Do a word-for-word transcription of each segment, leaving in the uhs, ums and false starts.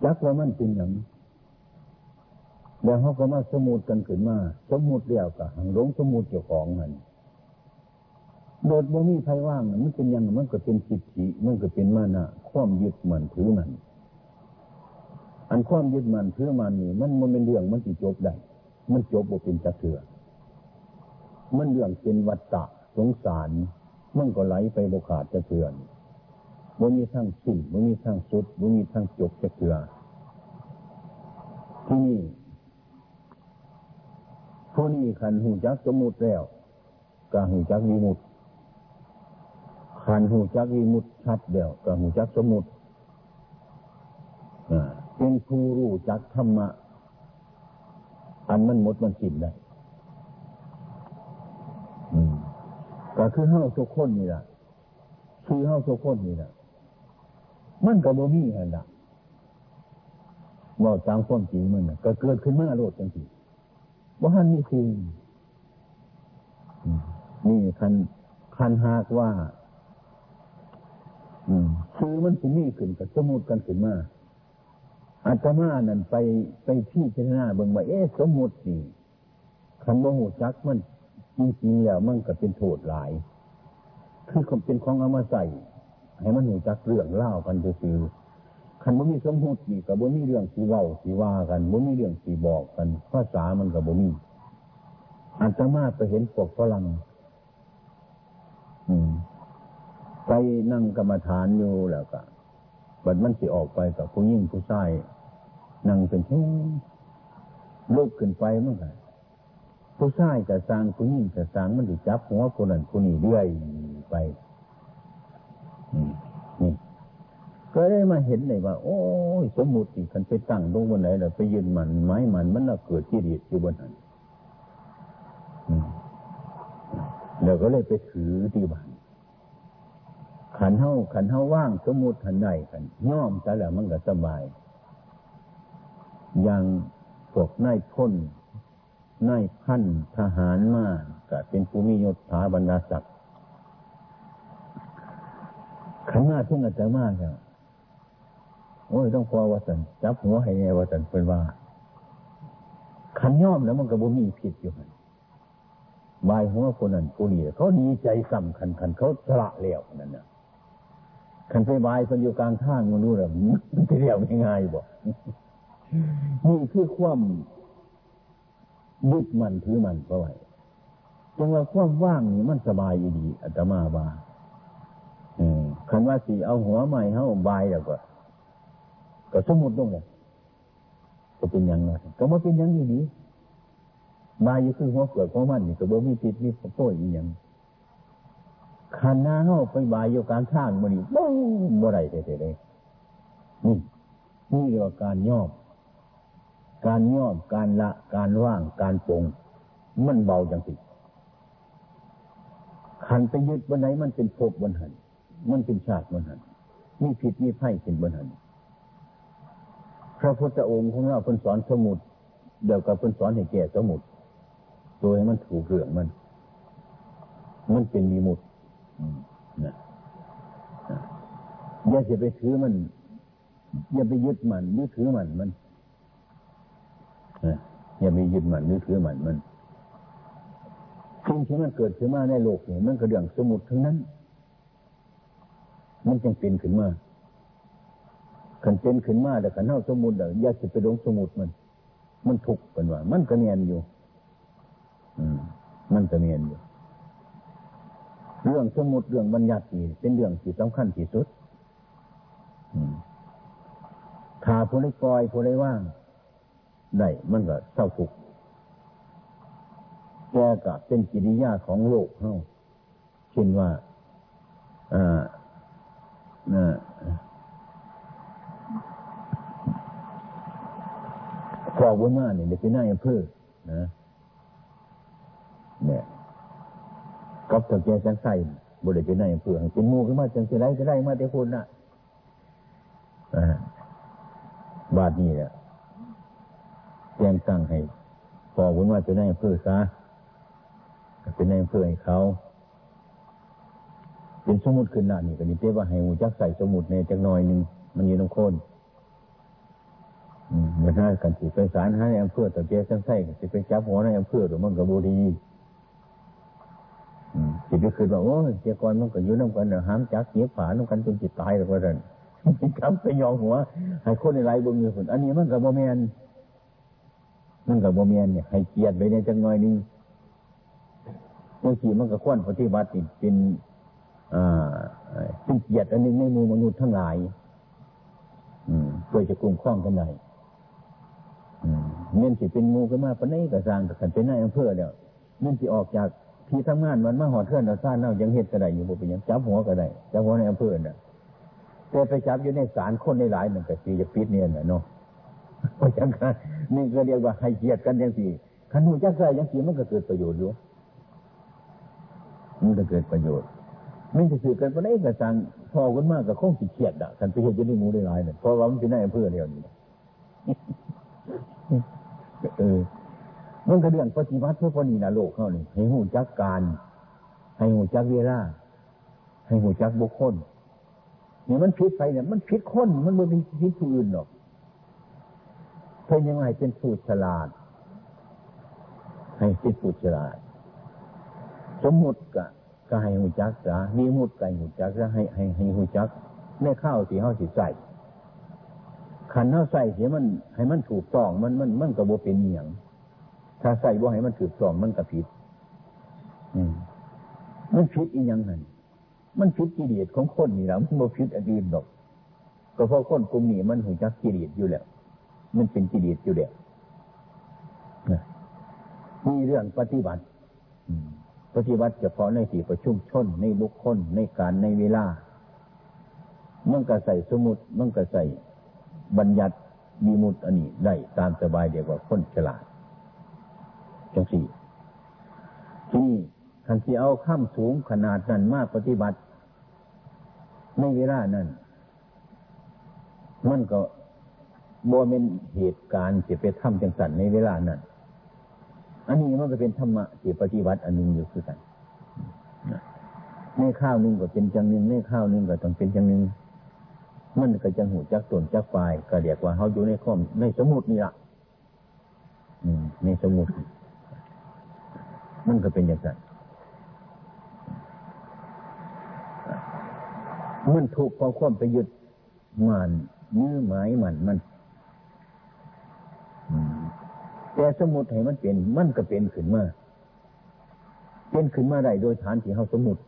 จักว่ามันเป็นอย่างแล้วเขาก็มาสมมุติกันขึ้นมาสมมุติเดียวกับหังหลงสมมุติเจ้าของมันโดดบ่มีไผว่างมันเป็นอย่างมันก็เป็นจิตจิมันก็เป็นมานะความยึดมั่นถือมันอันความยึดมั่นถือมันนี่มันมันเป็นเรื่องมันสิจบได้มันจบบ่เป็นจักเทื่อมันเรื่องเป็นวัฏฏะสงสารมันก็ไหลไปบ่ขาดจักเทื่อบ่มีทางสิ้นบ่มีทางสุดบ่มีทางจบจักเทื่อที่นี่ผู้นี้คันหูจักสมมุติแล้วก็หูจักวิมุตติคันหูจักวิมุตติชัดแล้วก็หูจักสมมุติเป็นผู้รู้จักธรรมะอันมันหมดมันสิ้นได้ก็คือเฮาทุกคนนี่ล่ะคือเฮาทุกคนนี่ล่ะมันก็บ่มีหั่นล่ะเว้าตามความจริงมันน่ะก็เกิดขึ้นมาโลดจังซี่บ่ทันมีจริงนี่คันคันหากว่าอืมคือมันสิมีขึ้นก็สมมุติกันขึ้นมาอาตมานั่นไปไปพิจารณาเบิ่งว่าเอ๊ะสมมุตินี่คันบ่ฮู้จักมันจริงๆแล้วมันก็เป็นโทษหลายคือมันเป็นของเอามาใส่ให้มันฮู้จักเรื่องเล่ากันซื่อๆคันบ่มีสมมุตินี่ก็บ่มีเรื่องสิเว้าสิว่ากันบ่มีเรื่องสิบอกกันภาษามันก็บ่มีอาตมาไปเห็นพวกฝรั่งอืมไปนั่งกรรมฐานอยู่แล้วก็บัดมันสิออกไปกับผู้หญิงผู้ชายนั่งเป็นแถวลุกขึ้นไปมันก็ผู้ชายก็สร้างผู้หญิงก็สร้างมันสิจับหัวคนนั้นคนนี้เรื่อยไปนี่ก็ได้มาเห็นเลยว่าโอ้ยสมมุตินี่คันไปตั้งตรงบนไหนแล้วไปยืนมันไม้มันมันน่ะเกิดกิเลสอยู่บนนั้นเดี๋ยวก็เลยไปถือที่บ้านขันเฮาขันเฮาว่างสมมุติทันใดกันย่อมซะแล้วมันก็สบายอย่างพวกนายพลนายพันทหารมาก็เป็นภูมิยศถาบรรดาศักดิ์ขันมาทุ่งอาจจะมากครับโอ้ยต้องพอว่าสันจับหัวให้แน่ว่าสันเป็นว่าขันย่อมแล้วมันก็บ่มีผิดอยู่บายหัวคนนั้นคนนี้เขาดีใจสำคัญคันเขาสละแล้วนั่นน่ะคันไปบายคนอยู่กลางทางมันรู้หรือมันจะเรียกง่ายๆบ่นี่คือความยึดมันถือมันเพราะว่าจังว่าความว่างนี่มันสบายดีอาตมาว่าอืมคันว่าสิเอาหัวใหม่เฮาบายแล้วก็ก็สมมุติตรงนี้ก็เป็นอย่างนั้นก็บ่เป็นอย่างนี้นี่บายอยู่คือหัวเปลือกของมันนี่ก็บ่มีพิษมีโทษอีหยังคันหน้าเฮาไปบายอยู่กลางทางมันนี่บ่บ่ได้แท้ๆเลยนี่นี่เรียกว่าการย่อมการย่อมการละการว่างการปรงมันเบาจังสิคันไปยึดบนไหนมันเป็นภพบนหันมันเป็นชาติบนหันมีผิดมีไผ่เป็นบนหันพระพุทธองค์ของเราเพิ่นสอนสมุติเดี๋ยวกับเพิ่นสอนให้แก้สมุติโดยให้มันถูกเรื่องมันมันเป็นวิมุตตินะอย่าจะไปถือมันอย่าไปยึดมันหรือถือมันมันอย่าไปยึดมันหรือถือมันมันสิ่งที่มันเกิดขึ้นมาในโลกนี่มันก็เรื่องสมุติทั้งนั้นมันจึงเป็นขึ้นมาขันเป็นขึ้นมาแต่ขันเท่าสมุติเดี๋ยวอย่าจะไปหลงสมุติมันมันทุกข์กันว่ามันก็เนียนอยู่อืมมันก็เนียนอยู่เรื่องสมุติเรื่องบัญญัตินี่เป็นเรื่องที่สำคัญที่สุดถ้าผู้ใดปล่อยผู้ใดว่างได้มันก็เศร้าทุกข์แกก็เป็นกิริยาของโลกเฮาเช่นว่าอ่าน่ะพอบุญมาเนี่ยเป็นนายอำเภอนะเนี่ยกับตะแกจังไสบ่ได้เป็นนายอำเภอเป็นหมู่ขึ้นมาจังสิไดก็ได้มาแต่คนน่ะอ่าบาดนี้แหละแจ้งตั้งให้พอบุญมาเป็นนายอำเภอซะเป็นนายอำเภอให้เขาเป็นสมุดขึ้นหน้านี่ก็นี่เต้ว่าให้หูจักใส่สมุดในจักหน่อยนึงมันอยู่ตรงโคนมันน่ากันสิไปศาลหาในอำเภอตะเกียบจังไส้สิไปจับหัวในอำเภอหรือมันก็บ่ดีอืมสิไปคิดว่าโอ้ยเจ้าก่อนมันก็อยู่นำกันน่ะหามจักเหยียบฝานำกันจนสิตายแล้วว่าซั่นมีคำไปยองหัวให้คนหลายๆเบิ่งอยู่พุ่นอันนี้มันก็บ่แม่นมันก็บ่แม่นเนี่ยให้เกียรติไปในจังหน่อยนึงบางทีมันก็ควรปฏิบัติเป็นอ่าเป็นเกียรติอันนึงในหมู่มนุษย์ทั้งหลายอืมเพื่อจะคุ้มครองกันได้อืมแม่นสิเป็นหมู่กันมาปานใดก็สร้างกันเป็นนายอำเภอแล้วแม่นสิออกจากที่ทำงานมันมาหอดเทือนเอาซ่านเฮายังเฮ็ดก็ได้อยู่บ่เป็นหยังจับหัวก็ได้จับหัวในอำเภอน่ะแต่ไปจับอยู่ในศาลคนหลายๆนั่นก็สิจะปิดเนี่ยน่ะเนาะเพราะฉะนั้นนี่ก็เรียกว่าให้เกียรติกันจังซี่คันฮู้จักได้จังซี่มันก็เกิดประโยชน์อยู่มันก็เกิดประโยชน์มันจะสื่อกันปานใดก็สร้างพอกันมากก็คงสิเครียดอ่ะคันไปเฮ็ดอยู่ในหมู่หลายๆนั่นเพราะว่ามันเป็นนายอำเภอแล้วนี่เออมันก็เรื่องปฏิบัติเพื่อพอนี่นะโลกเขานี่ให้หูจักการให้หูจักเวลาให้หูจักบุคคลเนี่ยมันผิดไปเนี่ยมันผิดคนมันไม่ผิดผู้อื่นหรอกเพื่อยังไงเป็นผู้ฉลาดให้เป็นผู้ฉลาดสมมุติก็ก็ให้หูจักซะมีมุดก็ให้หูจักซะให้ให้ให้หูจักในข้าวที่เฮาสิใส่ขันเฮาใส่เสียมันให้มันถูกต้องมันมันมันก็บ่เป็นอีหยังถ้าใส่บ่ให้มันถูกต้องมันก็ผิดอืมมันผิดอีหยังหั่นมันผิดกิเลสของคนนี่ล่ะมันบ่ผิดอดีตดอกก็เพราะคนกลุ่มนี้มันรู้จักกิเลสอยู่แล้วมันเป็นกิเลสอยู่แล้วนะมีเรื่องปฏิบัติอืมปฏิบัติเฉพาะในที่ประชุมชนในบุคคลในการในเวลามันก็ใส่สมุติมันก็ใส่บัญญัติมีมุตอันนี้ได้ตามสบายเดียวกว่าคนฉลาดจังสี่ที่ทันที่เอาข้ามสูงขนาดนั้นมากปฏิบัติในเวลานั้นมันก็บ่เป็นเหตุการณ์ที่ไปทำจังสันในเวลานั้นอันนี้มันก็เป็นธรรมะที่ปฏิบัติอันหนึ่งอยู่คือกันในข้าวนึงก็เป็นจังนึงในข้าวนึงก็ต้องเป็นจังนึงมันก็จังหูจักตนจักปลายก็เรียกว่าเขาอยู่ในข้อมในสมุดนี่ละในสมุดมันก็เป็นอย่างนั้นมันถูกความความไปยึดมันมือหมายมันมันแต่สมุดให้มันเป็นมันก็เป็นขึ้นมาเป็นขึ้นมาได้โดยฐานที่เขาสมุด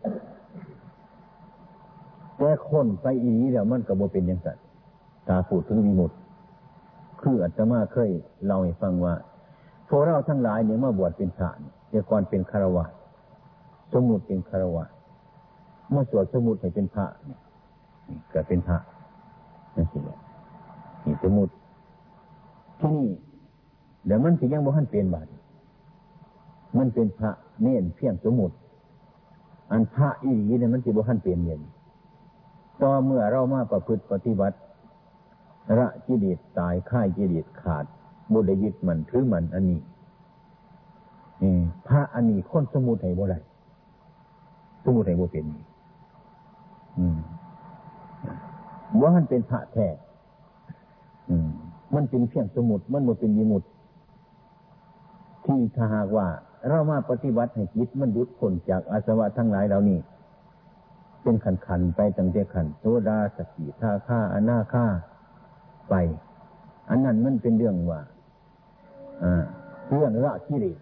แต่คนไปอีนี้แล้วมันก็บ่เป็นอย่างนั้นตาพูดถึงวิมุตติคืออาตมาเคยเล่าให้ฟังว่าพวกเราทั้งหลายเนี่ยมาบวชเป็นพระแต่ก่อนเป็นฆราวาสสมุดเป็นฆราวาสเมื่อสวดสมุดให้เป็นพระนี่ก็เป็นพระนั่นสินี่สมุดที่นี่เดี๋ยวมันสิยังบ่ทันเปลี่ยนบาดมันเป็นพระเน้นเพียงสมุดอันพระอีหลีเนี่ยมันสิบ่ทันเปลี่ยนเย็นต่อเมื่อเรามาประพฤติปฏิบัติละกิเลสตายค่ายกิเลสขาดบ่ได้ยึดมันถือมันอันนี้นี่พระอันนี้คนสมุดให้บ่ได้สมุดให้บ่เป็นอืมว่ามันเป็นพระแท้อืมมันเป็นเพียงสมุดมันบ่เป็นวิมุตติที่ถ้าหากว่าเรามาปฏิบัติให้จิตมันหลุดพ้นจากอาสวะทั้งหลายเหล่านี้เป็นขันๆไปตั้งแต่ขันโสดาสกิทาคาอนาคาไปอันนั้นมันเป็นเรื่องว่าอ่าเรื่องละกิเลส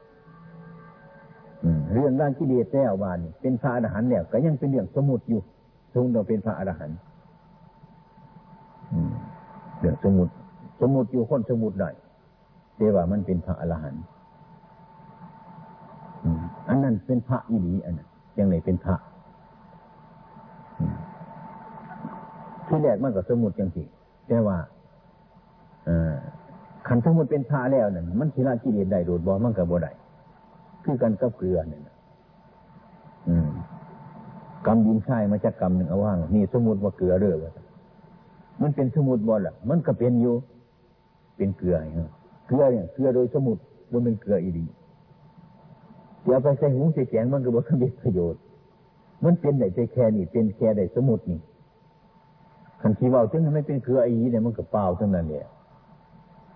อืมเรื่องละกิเลสแล้วว่านี่เป็นพระอรหันต์แล้วก็ยังเป็นเรื่องสมุดอยู่ทรงต้องเป็นพระอรหันต์อืมเรื่องสมุดสมุดอยู่คนสมุดได้แต่ว่ามันเป็นพระอรหันต์อันนั้นเป็นพระอีหลีอันนั้นยังไงเป็นพระที่แรกมันก็สมุดจังสิแต่ว่าขันสมุดเป็นพระแล้วนั่นมันสิละกิเลสได้โดดบ่มันก็บ่ได้คือกันกับเกลือนั่นน่ะอืมกำดินทรายมาจากกำหนึ่งเอาว่างนี่สมุดว่าเกลือเด้อว่ามันเป็นสมุดบ่ล่ะมันก็เป็นอยู่เป็นเกลือฮะเกลือเนี่ยเกลือโดยสมุดมันเป็นเกลืออีหลีเดี๋ยวไปใส่หูใส่แขนมันก็บ่มีประโยชน์มันเป็นได้แต่แค่นี้เป็นแค่ได้สมุดนี่คันที่เว้าถึงไม่เป็นเกลืออีหลีเนี่ยมันก็เปล่าทั้งนั้นแหละ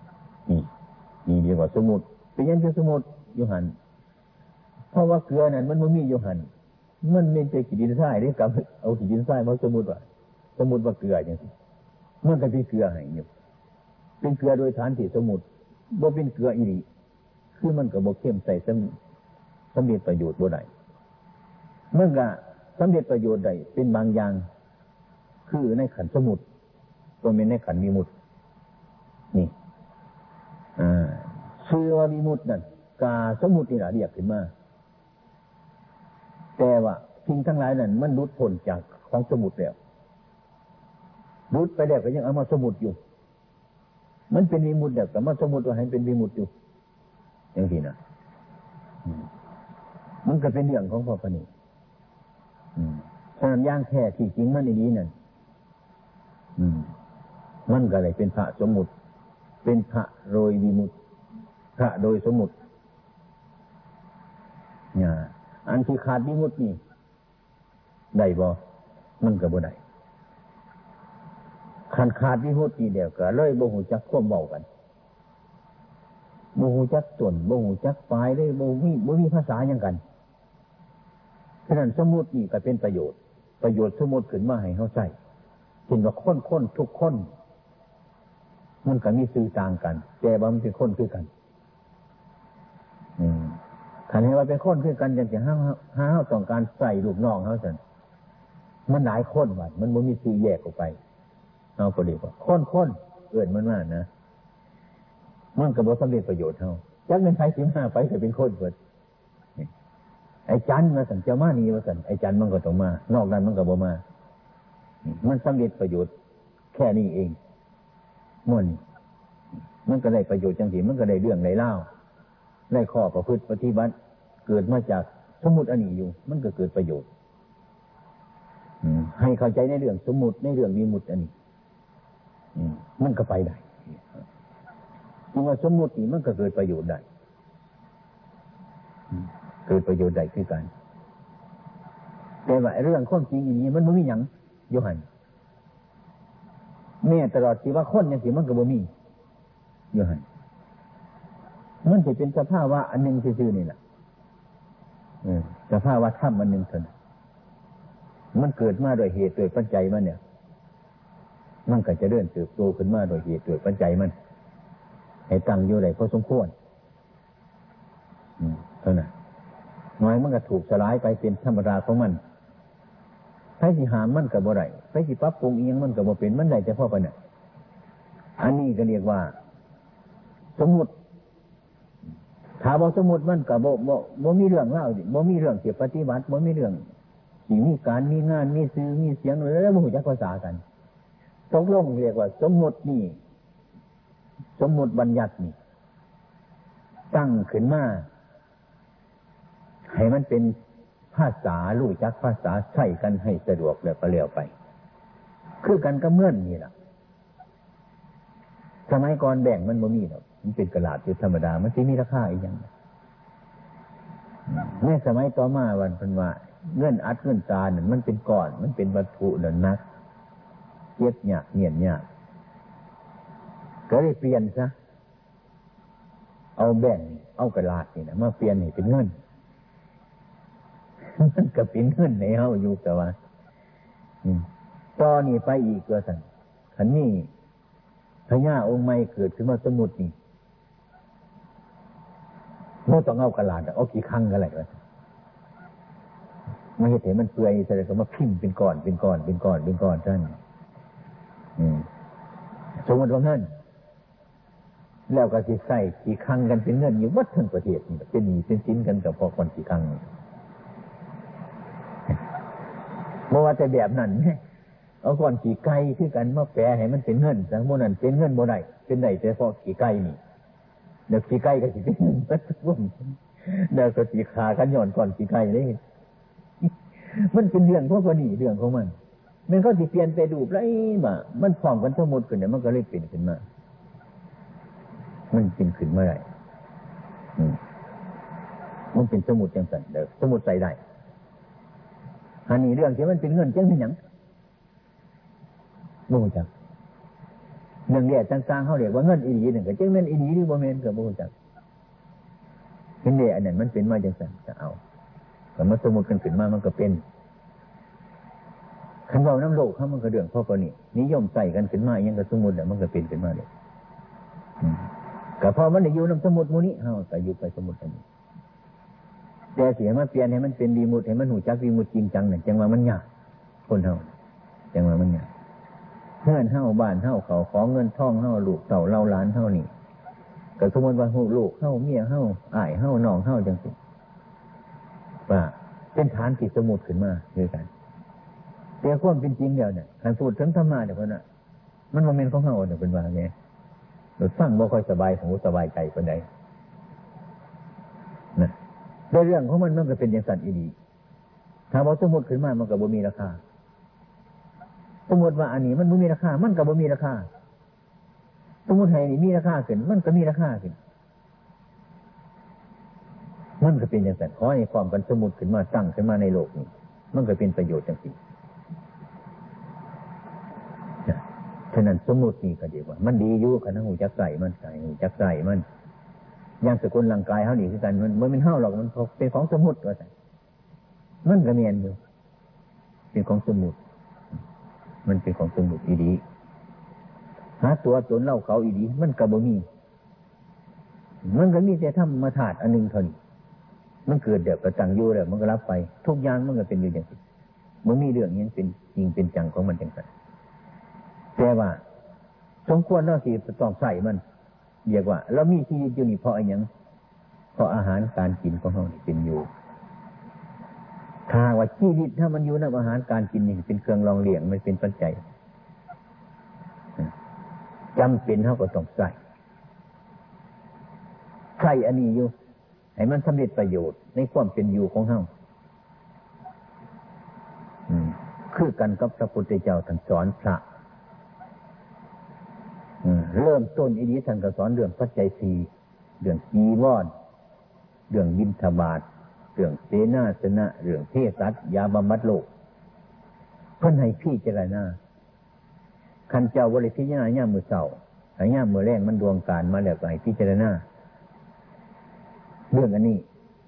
นี่เรียกว่าสมุติเป็นยันคือสมุติอยู่หันเพราะว่าเกลือนั่นมันไม่มีอยู่หันมันไม่ใช่ขี้ดินทรายได้กับเอาขี้ดินทรายมาสมุติว่าสมุติว่าเกลืออย่างนี้มันก็เป็นเกลือให้อยู่เป็นเกลือโดยฐานที่สมุติบ่เป็นเกลืออีหลีคือมันก็บ่เข้มใส่สำสำเร็จประโยชน์บ่ได้เมื่อก็สำเร็จประโยชน์ได้เป็นบางอย่างคือในขันสมุติก็เป็นในขันวิมุตตินี่อ่าชื่อว่าวิมุตตินั่นกาสมุตินี่แหละเรียกขึ้นมาแต่ว่าสิ่งทั้งหลายนั้นมันหลุดพ้นจากของสมุติแล้วหลุดไปแล้วก็ยังเอามาสมุติอยู่มันเป็นวิมุตติแล้วแต่มาสมุติว่าให้เป็นวิมุตติอยู่อย่างที่นะมันก็เป็นเรื่องของพระปณิฉะนั้นย่างแท้ที่จริงมันในนี้นั่นมันก็เลยเป็นพระสมมุติเป็นพระโดยวิมุตติพระโดยสมมุติเนี่ยอันที่ขาดวิมุตตินี่ได้บ่มันก็บ่ได้ขันขาดวิมุตติเดียวก็เลยบ่ฮู้จักความเว้ากันบ่ฮู้จักต้นบ่ฮู้จักปลายได้บ่มีบ่มีภาษาหยังกันฉะนั้นสมมุตินี่ก็เป็นประโยชน์ประโยชน์สมมุติขึ้นมาให้เฮาใช้เช่นว่าคนๆทุกคนมันก็มีสื่อต่างกันแต่ว่ามันเป็นคนคือกันอืมคันให้ว่าเป็นคนคือกันจังสิหาหาเฮาต้องการใส่ลูกน้องเฮาซั่นมันหลายคนว่ามันบ่มีสื่อแยกออกไปเฮาก็เรียกว่าคนๆเอิ้นมันว่านะมันก็บ่สำเร็จประโยชน์เฮาจักเป็นไผสิมาไปก็เป็นคนเบิดไอ้จันมาสั่นเจ้ามานี่ว่าสั่นไอ้จันมันก็ต้องมานอกนั้นมันก็บ่มามันสำเร็จประโยชน์แค่นี้เองมันมันก็ได้ประโยชน์จังซี่มันก็ได้เรื่องได้เล่าได้ข้อประพฤติปฏิบัติเกิดมาจากสมมุติอันนี้อยู่มันก็เกิดประโยชน์ให้เข้าใจในเรื่องสมมุติในเรื่องวิมุตติอันนี้มันก็ไปได้จึงว่าสมมุตินี่มันก็เกิดประโยชน์ได้เกิดประโยชน์ได้คือกันแต่ว่าเรื่องความจริงอย่างนี้มันไม่มีหยังโยหันแม่ตลอดที่ว่าคนอย่างที่มันก็บ่มีโยหันมันจะเป็นสภาวะอันหนึ่งซื่อๆนี่แหละสภาวะธรรมอันหนึ่งเท่านั้นมันเกิดมาโดยเหตุโดยปัจจัยมันเนี่ยมันก็จะเริ่มเติบโตขึ้นมาโดยเหตุโดยปัจจัยมันให้ตั้งอยู่ได้พอสมควรเท่านั้นน้อยมันก็ถูกสลายไปเป็นธรรมดาของมันไผสิหามมันก็บ่ได้ไผสิปรับปรุงอีหยังมันก็บ่เป็นมันได้แต่พอปานนั้นอันนี้ก็เรียกว่าสมมุติถ้าบ่สมมุติมันก็บ่บ่บ่มีเรื่องเล่าบ่มีเรื่องที่ปฏิบัติบ่มีเรื่องที่มีการมีงานมีสื่อมีเสียงแล้วบ่ฮู้จักภาษากันตกลงเรียกว่าสมมุตินี่สมมุติบัญญัตินี่ตั้งขึ้นมาให้มันเป็นภาษารู้จักภาษาใช้กันให้สะดวกแล้วก็เลี้ยวไปคือกันก็เหมือนนี่ล่ะสมัยก่อนแบ่งมันบ่มีหรอกมันเป็นกระดาษอยู่ธรรมดามันสิมีราคาอีกอย่างในสมัยต่อมาวันเพิ่นว่าเงินอัดเงินตราเนี่ยมันเป็นก้อนมันเป็นวัตถุนั่นนักเก็บยากเงียบยากก็เลยเปลี่ยนซะเอาแบ่งเอากระดาษนี่นะมาเปลี่ยนให้เป็นเงินมันก็เป็นเงินในเฮาอยู่แต่ว่าตอนนี้ไปอีกก็สั่นคันนี้พญาองค์ใหม่เกิดขึ้นมาสมุตินี่บ่ต้องเอากระดาษเอากี่ครั้งก็ได้ว่าไม่เห็นมันเปื่อยแสดงว่ามาพิมพ์เป็นก้อนเป็นก้อนเป็นก้อนเป็นก้อนท่านสมมติว่าเงินแล้วก็สิใส่กี่ครั้งกันเป็นเงินอยู่วัดทั้งประเทศนี่เป็นหนี้เป็นสินกันกับพอคนกี่ครั้งเมื่อว่าแต่แบบนั้นแม่เอาก่อนกี่ไก่คือกันมาแปลให้มันเป็นเงินแต่โมนั้นเป็นเงินโมได้เป็นได้แต่พอกี่ไก่นี่เดี๋ยวกี่ไก่ก็สิเป็นเงินปัจจุบันเดี๋ยวก็สิขากันหย่อนก่อนกี่ไก่เลยมันเป็นเรื่องพวกนี้เรื่องของมันมันก็สิเปลี่ยนไปดูไรมามันพร้อมกันทั้งหมดขึ้นเนี่ยมันก็เลยเปลี่ยนขึ้นมามันเป็นขึ้นเมื่อไหร่มันเป็นสมุดจังสันเดี๋ยวสมุดใส่ได้อันนี้เรื่องที่มันเป็นเงินจังเป็นหยังโง่จังเรื่องเรียกต่างๆเขาเรียกว่าเงินอีหลีหนึ่งก็จึงเงินอีหลีหรือบ่แม่นก็บ่รู้จักเห็นเด้อันนั้นมันเป็นมาจังซั่นจะเอาแต่มันสมมุติกันขึ้นมามันก็เป็นคันเว้าน้ำโลกเขามันก็เรื่องพอปานนี้นิยมใส่กันขึ้นมายังก็สมมุติแล้วมันก็เป็นขึ้นมาเด้อืมก็พอมันได้อยู่นำสมุดหมู่นี้เฮาก็อยู่ไปสมุดอันนี้แต่สิให้มันเปลี่ยนให้มันเป็นวิมุตติให้มันรู้จักวิมุตติจริงจังนั่นจังว่ามันยากคนเฮาจังว่ามันยากเฮือนเฮาบ้านเฮาเขาของเงินทองเฮาลูกเต่าเล่าหลานเฮานี่ก็สมมุติว่าฮู้ลูกเฮาเมียเฮาอ้ายเฮาน้องเฮาจังซี่ว่าเป็นฐานที่สมุดขึ้นมาคือกันแต่ความเป็นจริงแล้วเนี่ยคันพูดถึงธรรมะเนี่ยเพิ่นน่ะมันบ่แม่นของเฮาเนี่ยเพิ่นว่าไงเราฟังบ่ค่อยสบายหูสบายใจปานใดนะในเรื่องของมันมันก็เป็นอย่างสัตว์อีดีถ้าว่าสมมุติขึ้นมามันก็บ่มีราคาสมมุติว่าอันนี้มันบ่มีราคามันก็บ่มีราคาสมมุติให้นี่มีราคาขึ้นมันก็มีราคาขึ้นมันก็เป็นอย่างสัตว์ขอให้ความกันสมมุติขึ้นมาตั้งขึ้นมาในโลกนี้มันก็เป็นประโยชน์จังซี่ฉะนั้นสมมุตินี่ก็ดีว่ามันดีอยู่คันหูจักใส่มันใส่หูจักใส่มันอย่างสกุลร่างกายเฮานี่คือกันมันบ่แม่นเฮาหรอกมันเป็นของสมมุติว่าซั่นมันก็แม่นอยู่เป็นของสมมุติมันเป็นของสมมุติอีดีหาตัวตนเราเขาอีดีมันก็บ่มีมันก็มีแต่ธรรมธาตุอันนึงเท่านี้มันเกิดเดี๋ยวก็ตั้งอยู่แล้วมันก็รับไปทุกอย่างมันก็เป็นอยู่อย่างนี้บ่มีเรื่องนี้เป็นจริงเป็นจังของมันจังซั่นแต่ว่าสมควรเราสิต้องใส่มันเรียกว่าเรามีชีวิตอยู่นี่เพราะอะไรอย่างเพราะอาหารการกินของเราเป็นอยู่ถ้าว่าชีวิตถ้ามันอยู่ในอาหารการกินนี่เป็นเครื่องรองเลี้ยงมันเป็นปัจจัยจำเป็นเราก็ต้องใส่ใส่อันนี้อยู่ให้มันสำเร็จประโยชน์ในความเป็นอยู่ของเราคือกันกับพระพุทธเจ้าท่านสอนพระเริ่มต้นอีนี้ท่านก็สอนเรื่องปัจจัยสี่เรื่องจีวรเรื่องบิณฑบาตเรื่องเสนาสนะเรื่องเภสัชยาบำบัดโรคเพิ่นให้พิจารณาคันเจ้าบ่ได้พิจารณาย่ามมื้อเช้าถ้ายามมื้อแลงมันดวงการมาแล้วก็ให้พิจารณาเรื่องอันนี้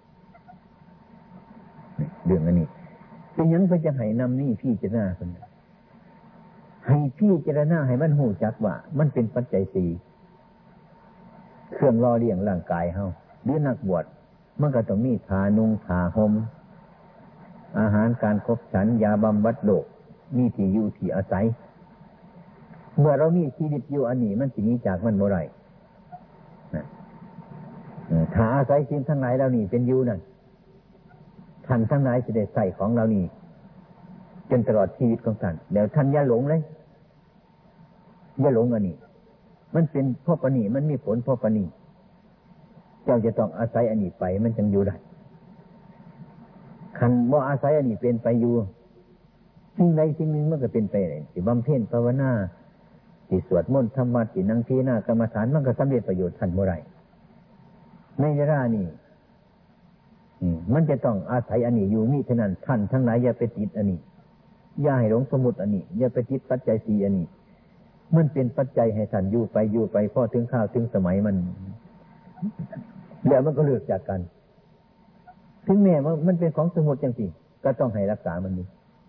เรื่องอันนี้เป็นหยังเพิ่นจะให้นำนี่พิจารณาเพิ่นให้พี่เจรณาให้มันหูจักว่ามันเป็นปัจจัยสี่เครื่องล่อเลี้ยงร่างกายเฮาหรือนักบวชมันก็ต้องมีทานุงทาห่มอาหารการคบฉันยาบำบัดโรคมีที่อยู่ที่อาศัยเมื่อเรามีชีวิตอยู่อันนี้มันสิหนีจากมันบ่ได้นะถ้าอาศัยสิ่งทั้งหลายเหล่านี้เป็นอยู่นั่นท่านทั้งหลายสิได้ใส่ของเรานี่จนตลอดชีวิตของท่านเดี๋ยวท่านอย่าหลงเลยอย่าหลงอันนี้มันเป็นพ่อปณีมันมีผลพ่อปณีเจ้าจะต้องอาศัยอันนี้ไปมันจึงอยู่ได้คันว่าอาศัยอันนี้เป็นไปอยู่สิ่งใดสิ่งหนึ่งมันก็เป็นไปได้สิบำเพ็ญภาวนาสิสวดมนต์ธรรมะสินั่งพิจารณากรรมฐานมันก็สำเร็จประโยชน์ท่านบ่ได้ในเวลานี้มันจะต้องอาศัยอันนี้อยู่มิฉะนั้นท่านทั้งหลายอย่าไปติดอันนี้อย่าให้หลงสมุดอันนี้อย่าไปติดปัจจัยสี่อันนี้มันเป็นปัจจัยให้ท่านอยู่ไปอยู่ไปพอถึงข้าวถึงสมัยมันเดี๋ยวมันก็เลิกจากกันถึงแม้ว่ามันเป็นของสมุดจังสิก็ต้องให้รักษามันดี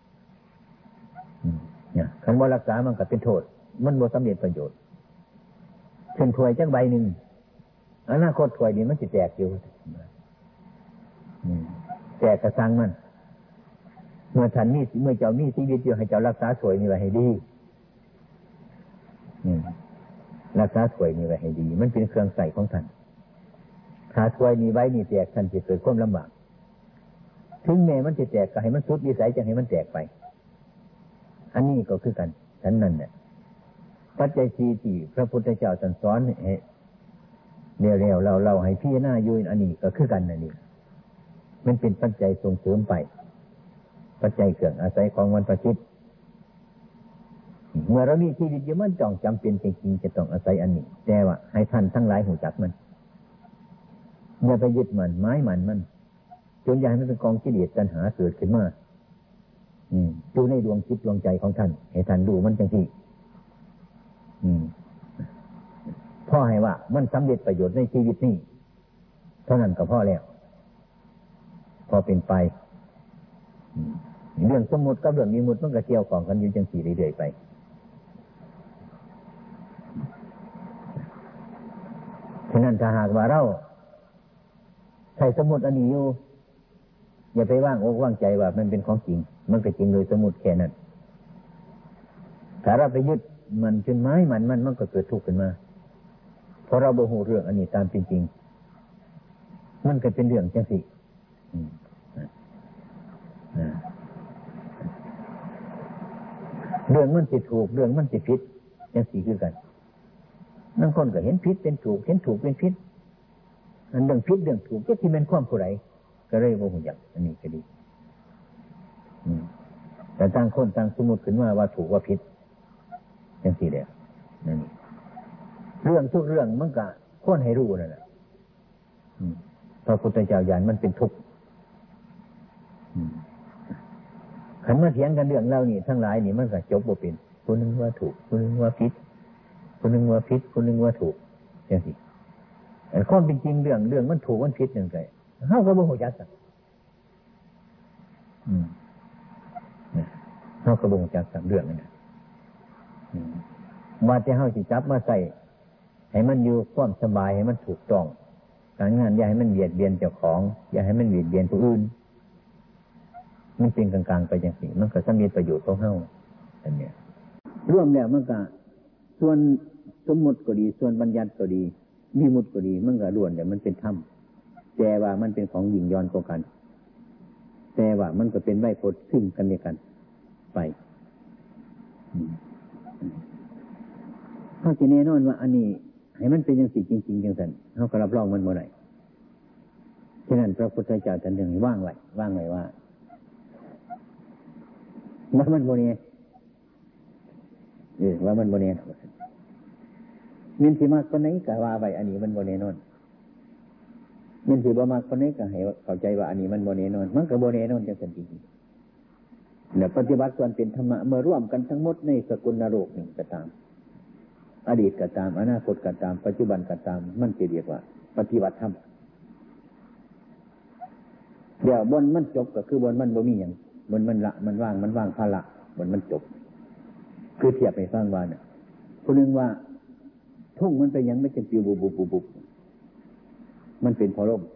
เนี่ยคำว่ารักษามันก็เป็นโทษมันบ่สำเร็จประโยชน์เช่นถ้วยจักใบหนึ่งอนาคตถ้วยนี้มันจะแตกอยู่แตกกระซังมันเมื่อท่านมีเมื่อเจ้ามีชีวิตอยู่ให้เจ้ารักษาถ้วยนี้ไว้ให้ดีรักษาถ้วยนี้ไว้ให้ดีมันเป็นเครื่องใส่ของท่านถ้าถ้วยนี้ไว้นี่แตกท่านจะเกิดความลำบากถึงแม้มันจะแตกก็ให้มันสุดวิสัยจะให้มันแตกไปอันนี้ก็คือกันฉันนั่นเนี่ยปัจจัยสี่ที่พระพุทธเจ้าตรัสสอนให้เร็วๆเราเราให้พี่หน้าอยู่อันนี้ก็คือกันนั่นนี่มันเป็นปัจจัยส่งเสริมไปปัจจัยเครื่องอาศัยของวันประชิตเมื่อเรามีชีวิตอยู่มันจ้องจำเป็นจริงๆจะต้องอาศัยอันนี้แต่ว่าให้ท่านทั้งหลายหูจักมันอย่าไปยึดมันไม้มันมันจนอย่าให้มันเป็นกองกิเลสตัณหาเกิดขึ้นมาดูในดวงจิตดวงใจของท่านให้ท่านดูมันจังที่พ่อให้ว่ามันสำเร็จประโยชน์ในชีวิตนี้เท่านั้นก็พอแล้วพอเป็นไปเรื่องสมมุติกับเรื่องวิมุตติมันก็เกี่ยวข้องกันอยู่จังสี่เรื่อยๆไปฉะนั้นถ้าหากว่าเราใช้สมมุติอันนี้อยู่อย่าไปว่างอกว่างใจว่ามันเป็นของจริงมันก็จริงโดยสมมุติแค่นั้นถ้าเราไปยึดมันจนไม้มันมันมันก็เกิดทุกข์ขึ้นมาเพราะเราบ่ฮู้เรื่องอันนี้ตามเป็นจริงมันก็เป็นเรื่องจังสิเรื่องมันสิถูกเรื่องมันสิผิดจังสิคือกันบางคนก็เห็นผิดเป็นถูกเห็นถูกเป็นผิดอันเรื่องผิดเรื่องถูกก็ที่เป็นความผู้ใดก็เลยบ่ฮู้จักอันนี้ก็ดีแต่ต่างคนต่างสมมุติขึ้นมาว่าถูกว่าผิดจังสิแล้วนั่นนี่เรื่องทุกเรื่องมันก็ควรให้รู้นั่นแหละพระพุทธเจ้าญาณมันเป็นทุกข์ขันมาเถียงกันเรื่องเล่านี่ทั้งหลายนี่มันก็จบบ่เป็นคนนึงว่าถูกคนนึงว่าผิดคนนึงว่าผิดคนนึงว่าถูกจังซี่แต่ความเป็นจริงเรื่องเรื่องมันถูกมันผิดนั่นไงเฮาก็บ่ฮู้จักสักอืมเฮาก็บ่ฮู้จักสักเรื่องนั่นน่ะอืมว่าแต่เฮาสิจับมาใส่ให้มันอยู่ความสบายให้มันถูกต้องการงานอย่าให้มันเบียดเบียนเจ้าของอย่าให้มันเบียดเบียนผู้อื่นมันเป็นกลางๆไปจังซี่มันก็สำเร็จประโยชน์ของเฮาอันเนี้ยรวมแล้วมันก็ส่วนสมมุติก็ดีส่วนบัญญัติก็ดีวิมุตติก็ดีมันก็ล้วนแต่มันเป็นธรรมแต่ว่ามันเป็นของยิ่งย้อนกว่ากันแต่ว่ามันก็เป็นไว้ผลซึ่งกันและกันไปเขาจะแน่นอนว่าอันนี้ให้มันเป็นอย่างสิ่งจริงๆจังสันเขาก็รับรองมันบ่ได้ฉะนั้นพระพุทธเจ้าท่านถึงว่างไว้ว่างไว้ว่าว่ามันบ่เนี่ยเออว่ามันบ่เนี่ยมินสิมากคนไหนก็ว่าไว้อันนี้มันบ่แน่นอนมินสิบ่มากคนไหนก็ให้เข้าใจว่าอันนี้มันบ่แน่นอนมันก็บ่แน่นอนจังซั่นจริงๆแล้วปฏิบัติส่วนเป็นธรรมะเมื่อร่วมกันทั้งหมดในสกุลนรกนี่ก็ตามอดีตก็ตามอนาคตก็ตามปัจจุบันก็ตามมันจะเรียกว่าปฏิบัติธรรมเดี๋ยวบนมันจบก็คือบนมันบ่มีหยังบนมันละมันว่างมันว่างภาระบนมันจบคือเทียบให้ฟังว่าน่ะผู้นึงว่าทุ่งมันเป็นหยังไม่เป็นปิวบุบบุบบุบมันเป็นพอลม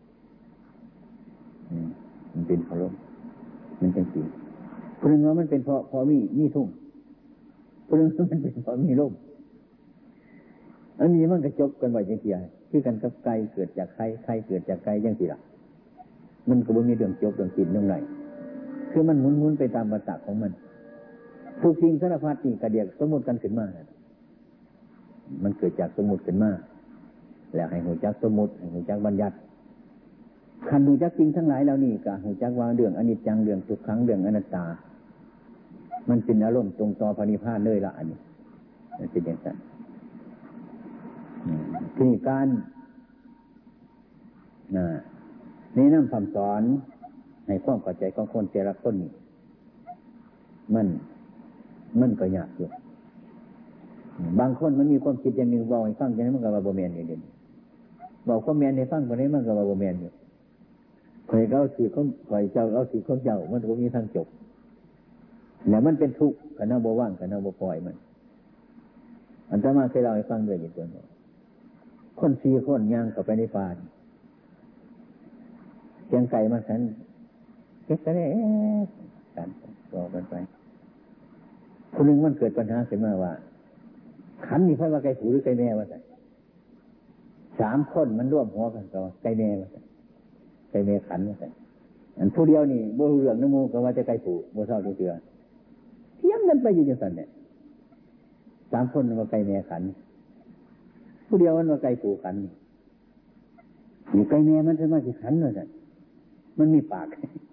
มันเป็นพอลมมันจังซี่ผู้นึงว่ามันเป็นเพราะพอมีมีทุ่งผู้นึงว่ามันเป็นเพราะมีลมอันนี้มันก็จบกันไว้จังซี่คือกันกับไก่เกิดจากไข่ไข่เกิดจากไก่จังซี่ล่ะมันก็บ่มีเรื่องจบเรื่องสิ้นเรื่องไหนคือมันหมุนๆไปตามวัฏฏะของมันทุกสิ่งสารพัดนี่กระเดียกสมมุติกันขึ้นมามันเกิดจากสมมุติขึ้นมาแล้วให้หูจักสมมุติให้หูจักบัญญัติคันหูจักสิ่งทั้งหลายแล้วนี่ก็หูจักว่าเรื่องอนิจจังเรื่องทุกขังเรื่องอนัตตามันเป็นอารมณ์ตรงต่อพระนิพพานเลยละอันนี้มันเป็นอย่างนั้นที่การแนะนำคำสอนให้ความเข้าใจของคนแต่ละคนนี่มันมันก็ยากอยู่บางคนมันมีความคิดอย่างหนึ่งบอกให้ฟังอย่างนั้นมันก็ว่าบ่แม่นอย่างเดียวบอกความแม่นให้ฟังคนนี้มันก็ว่าบ่แม่นอยู่ใครก็เอาสื่อของใครเจ้าเอาสื่อของเจ้ามันก็มีทางจบแล้วมันเป็นทุกข์กันน่าบ่ว่างกันน่าบ่ปล่อยมันอันตมาเคยเล่าให้ฟังด้วยอย่างตัวนี้คนสี่คนย่างเข้าไปในป่าเสียงไก่มาฉันเก็บกันเลยกันต่อกันไปคนหนึ่งมันเกิดปัญหาขึ้นมาว่าขันนี่เพราะว่าไก่ผูหรือไก่แม่วะใส่สามคนมันร่วมหัวกันก็ไก่แม่วะใส่ไก่แม่ขันวะใส่อันผู้เดียวนี่โบราณเรื่องน้ำมูก็ว่าจะไก่ผูโบเศร้าเถื่อเที่ยงกันไปอยู่จังสันเนี่ยสามคนว่าไก่แม่ขันผู้เดียวมันว่าไก่ผูขันอยู่ไก่แม่มันจะมาสิขันวะใส่มันมีปาก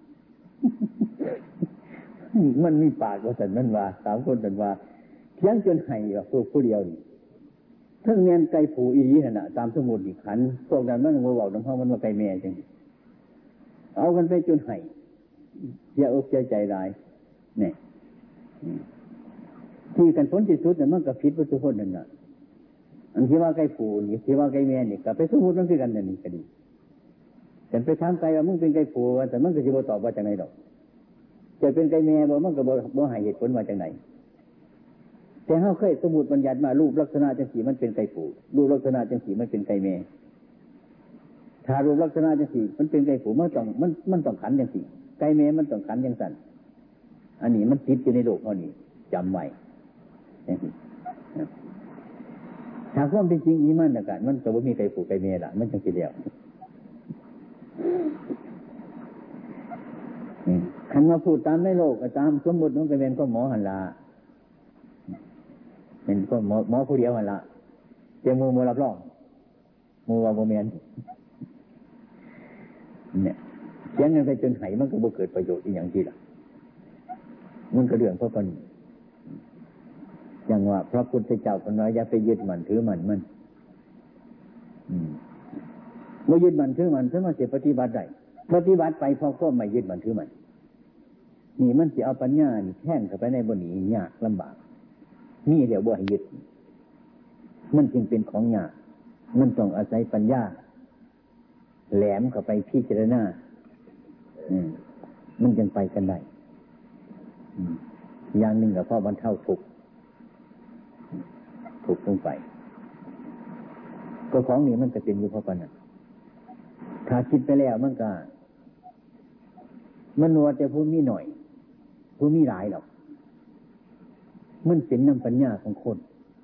มันมีปากว่าสันนั่นว่าสามคนสันว่าเที่ยงจนไห้ว่าพวกผู้เดียวนี่ทั้งเนียนไก่ผูอีนี่น่ะตามสมุดอีกขันพวกนั้นมันมาบอกน้ำพ่อมันว่าไก่แม่จริงเอากันไปจนไห้เสียอกเสียใจร้ายเนี่ยที่กันพ้นที่สุดเนี่ยมันก็ผิดวัตถุพจน์นั่นน่ะอันที่ว่าไก่ปูนี่ที่ว่าไก่แม่นี่ก็ไปสมมุติมันคือกันนั่นนี่ก็ดีฉันไปถามไก่ว่ามึงเป็นไก่ปูแต่มันก็สิบ่ตอบว่าจังได๋ดอกจะเป็นไก่แม่บ่มันก็บ่บ่ให้เหตุผลว่าจังได๋แต่เฮาเคยสมมุติบัญญัติมารูปลักษณะจังซี่มันเป็นไก่ปูรูปลักษณะจังซี่มันเป็นไก่แม่ถ้ารูปลักษณะจังซี่มันเป็นไก่ปูมันต้องมันมันต้องขันจังซี่ไก่แม่มันต้องขันจังซั่นอันนี้มันติดอยู่ในโลกเฮานี่จำไว้จังซี่ถ้าความเป็นจริงอีมันน่ะกันมันก็บ่มีไก่ปูไก่แม่ล่ะมันจังสิแล้วคันมาพูดตามในโลกก็ตามสมมุติมันก็เป็นก็หมอหั่นล่ะเป็นก็หมอหมอผู้เดียวหั่นล่ะเจ้าหมู่บ่รับรองหมู่ว่าบ่แม่นเนี่ยเสียงกันไปจนไหมันก็บ่เกิดประโยชน์อีหยังที่ล่ะมันก็เรื่องเพราะกันอย่างว่าพระพุทธเจ้าคนน้อยอย่าไปยึดมั่นถือมั่นมันอืมบ่ยึดมั่นถือมั่นถึงว่าสิปฏิบัติได้ปฏิบัติไปเพราะความไม่ยึดมั่นถือมั่นนี่มันสิเอาปัญญานี่แท่งเข้าไปในบ่นี้ยากลำบากมีเดี๋ยวบ่ให้ยึดมันจึงเป็นของยากมันต้องอาศัยปัญญาแหลมเข้าไปพิจารณาอืมมันจึงไปกันได้อืมอย่างหนึ่งก็เพราะบรรเทาทุกข์ทุกข์ลงไปก็ของนี้มันก็เป็นอยู่เพราะปานนั้นถ้าคิดไปแล้วมันก็มันว่าแต่ผู้มีหน่อยผู้มีหลายหรอกมันเป็นน้ำปัญญาของคน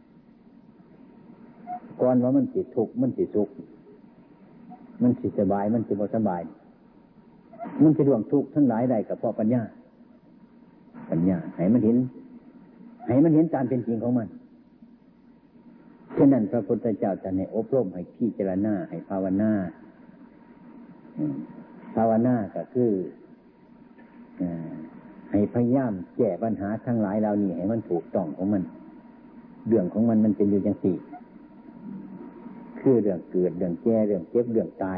ก่อนว่ามันสิทุกข์มันสิสุขมันสิสบายมันสิบ่สบายมันสิร่วงทุกข์ทั้งหลายได้ก็เพราะปัญญาปัญญาให้มันเห็นให้มันเห็นตามเป็นจริงของมันฉะนั้นพระพุทธเจ้าจะให้อบรมให้พิจารณาให้ภาวนาภาวนาก็คือให้พยายามแก้ปัญหาทั้งหลายเหล่านี้ให้มันถูกต้องของมันเรื่องของมันมันเป็นอยู่จังซี่คือเรื่องเกิดเรื่องแก่เรื่องเจ็บเรื่องตาย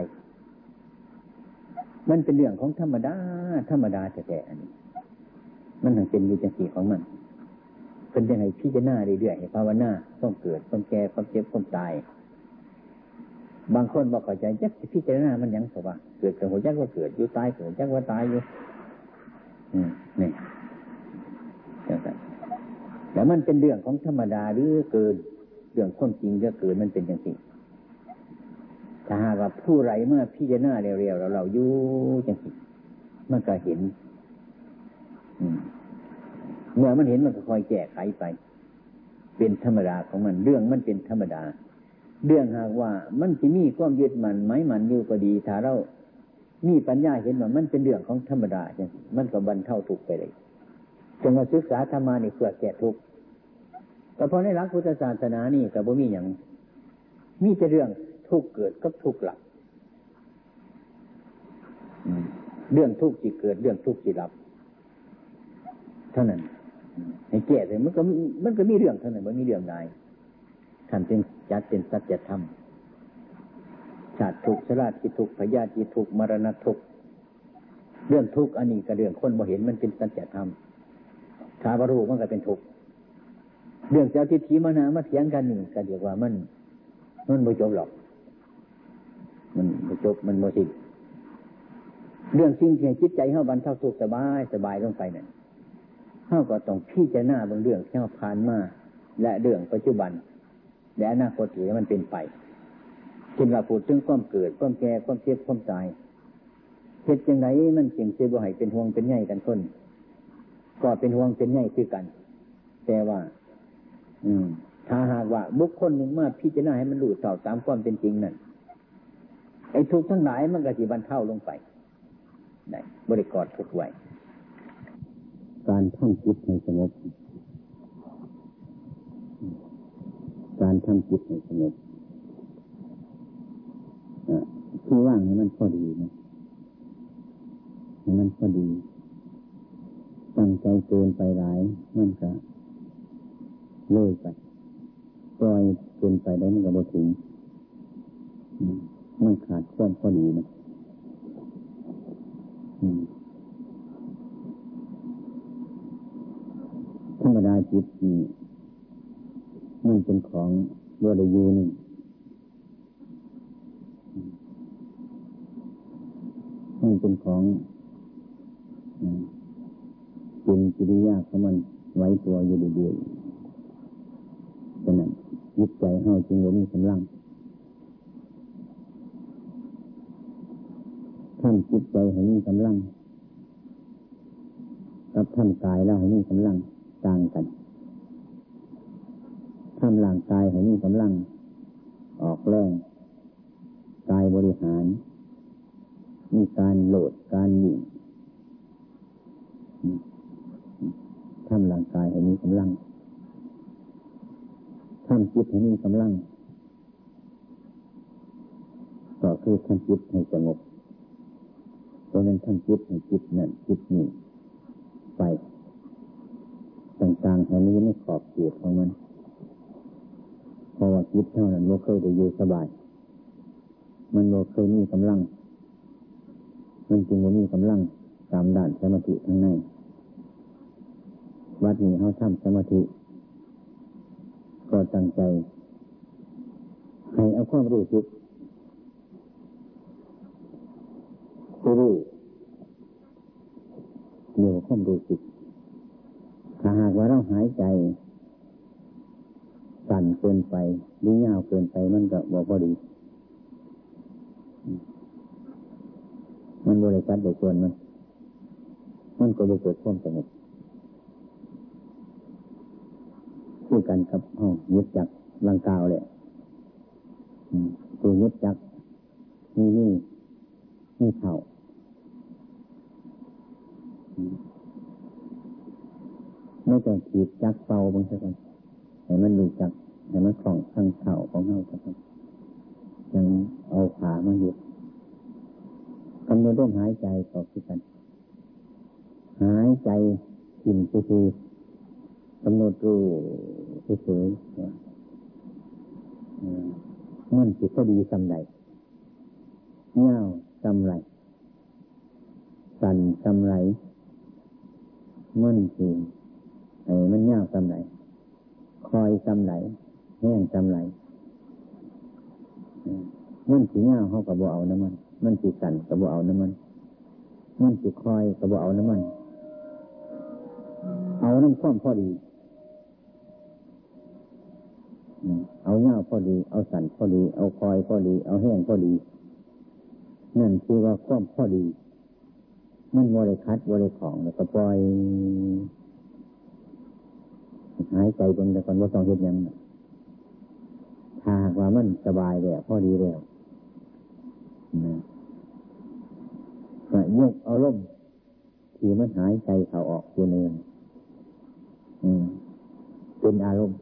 มันเป็นเรื่องของธรรมดาธรรมดาแท้ๆอันนี้มันถึงเป็นอยู่จังซี่ของมันเป็นยังไงพิจารณาเรื่อยๆให้ภาวนาต้องเกิดต้องแก่ต้องเจ็บต้องตายบางคนบอกเข้าใจจักพิจารณามันหยังซะว่าเกิดกับหัวจักว่าเกิดอยู่ตายกับหัวจักว่าตายอยู่อืมนี่จังซั่นแต่มันเป็นเรื่องของธรรมดาหรือเกินเรื่องความจริงก็เกิดมันเป็นจังซี่ถ้าหากว่าผู้ไรเมื่อพิจารณาเร็วๆเราเราอยู่จังซี่มันก็เห็นอืมเมื่อมันเห็นมันก็คอยแก้ไขไปเป็นธรรมดาของมันเรื่องมันเป็นธรรมดาเรื่องหากว่ามันสิมีความยึดมั่นหมายมั่นอยู่ก็ดีถ้าเรามีปัญญาเห็นว่ามันเป็นเรื่องของธรรมดาจังมันก็บรรเทาทุกข์ไปเลยจงมาศึกษาธรรมะนี่เพื่อแก้ทุกข์ก็เพราะในหลักพุทธศาสนานี่ก็บ่มีหยังมีแต่เรื่องทุกข์เกิดกับทุกข์ดับเรื่องทุกข์ที่เกิดเรื่องทุกข์ที่ดับเท่านั้นให้แก้เลยมันก็มันก็มีเรื่องเท่านั้นมันมีเรื่องใดท่านจึงจัดเป็นสัจธรรมชาติทุกข์ชราติทุกข์พยาธิทุกข์มรณะทุกข์เรื่องทุกข์อันนี้ก็เรื่องคนบ่เห็นมันเป็นสัจธรรมถ้าบ่รู้มันก็เป็นทุกข์เรื่องเจ้าทิฏฐิมานะมาเถียงกันนี่ก็เรียกว่ามันมันบ่จบหรอกมันบ่จบมันบ่สิ้นเรื่องสิ่งที่จิตใจเฮาบรรเทาทุกข์สบายสบายลงไปนั่นเฮาก็ต้องพิจารณาบางเรื่องที่เฮาผ่านมาและเรื่องปัจจุบันและอนาคตที่มันเป็นไปเช่นว่าพูดถึงความเกิดความแก่ความเจ็บความตายเฮ็ดจังไดมันจึงสิบ่ให้เป็นห่วงเป็นใยกันคนก็เป็นห่วงเป็นใยคือกันแต่ว่าอืมถ้าหากว่าบุคคลหนึ่งมาพิจารณาให้มันรู้เท่าตามความเป็นจริงนั่นไอ้ทุกข์ทั้งหลายมันก็สิบรรเทาลงไปได้บ่ได้กอดทุกข์ไว้การทำจิตให้สงบการทำจิตให้สงบที่ว่างให้มันพอดีนะให้มันพอดีตั้งใจเกินไปหลายมันก็เลยไปปล่อยเกินไปได้มันก็บ่ถึงมันขาดความพอดีนะธรรมดาจิตนี่มันเป็นของบ่ได้อยู่นี่มันเป็นของเป็นกิริยาของมันไว้ตัวอยู่เรื่อยๆฉะนั้นจิตใจเฮาจึงบ่มีกำลังท่านจิตใจให้มีกำลังกับท่านกายแล้วให้มีกำลังต่างกันท่านร่างกายให้มีกำลังออกแรงกายบริหารมีการโหลดการหยิ่งทำร่างกายให้มีกำลังทำจิตให้มีกำลังก็คือทำจิตให้สงบเพราะนั้นทำจิตให้จิตนั่นจิตนี้ไปต่างๆให้นี้ไม่ขอบเขตของมันเพราะว่าจิตเท่านั้นเราเคยได้อยู่สบายมันเราเคยมีกำลังมันจึงว่ามีกำลังตามด้านสมาธิทั้งในวัดนี้เขาทำสมาธิก็ตั้งใจให้เอาความรู้สึกรู้เหนือความรู้สึกถ้าหากว่าเราหายใจสั่นเกินไปหรือยาวเกินไปมันก็บ่พอดีมันบริการโดยส่วนมันมันก็จะเกิดความสงบคู่กันกับห้องยึดจักลังกาวเลยตัวยึดจักนี่นี่นี่เข่าไม่ต้องขีดจักเป่าบางสักคนให้มันดูจักให้มันคล่องข้างเข่าของเราสักคนยังเอาขามาหยุดกำหนดลมหายใจต่อคือกันหายใจกินคือกำหนดรู้เฉยๆมันจิตก็ดีสำไรเงาสำไรสั่นสำไรมันจริงไอ้มันเงาสำไรคอยสำไรแห้งสำไรมันสีเงาเขากับบ่เอาน้ำมันมันสิสั่นกับบ่เอาน้ำมันมันสิคอยกับบ่เอาน้ำมันเอาน้ำข้อมพอดีเอาเงาพอดีเอาสั่นพอดีเอาคอยพอดีเอาแห้งพอดีนั่นคือว่าข้อมพอดีมันบริคัดบริของแล้วก็ปล่อยหายใจบนแต่ก่อนว่าต้องเฮ็ดหยังถ้าหากว่ามันสบายแล้วพอดีแล้วนะก็ยกเอาลมที่มันหายใจเข้าออกอยู่ในอืมเป็นอารมณ์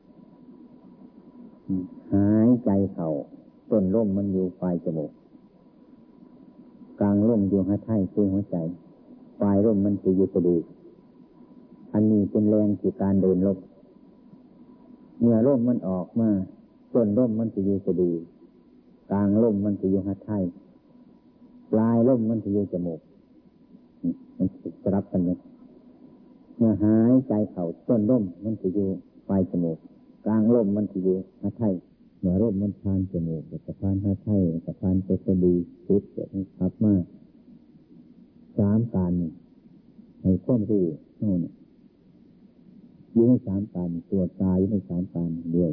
หายใจเข้าต้นลมมันอยู่ปลายจมูกกลางลมอยู่หัวใจคือหัวใจปลายลมมันคืออยู่สะดืออันนี้เป็นแรงที่การเดินลมเมื่อลมมันออกมาต้นลมมันจะอยู่สะดือกลางลมมันจะอยู่หัวใจปลายลมมันจะอยู่จมูกมันสลับกันเลยเมื่อหายใจเข้าต้นลมมันจะอยู่ปลายจมูกกลางลมมันจะอยู่หัวใจเมื่อลมมันผ่านจมูกกับผ่านหัวใจกับผ่านไปสะดือติดเกิดให้ขับมาสามการให้ความรู้เท่านั้นอยู่ในสามการตัวตายอยู่ในสามการด้วย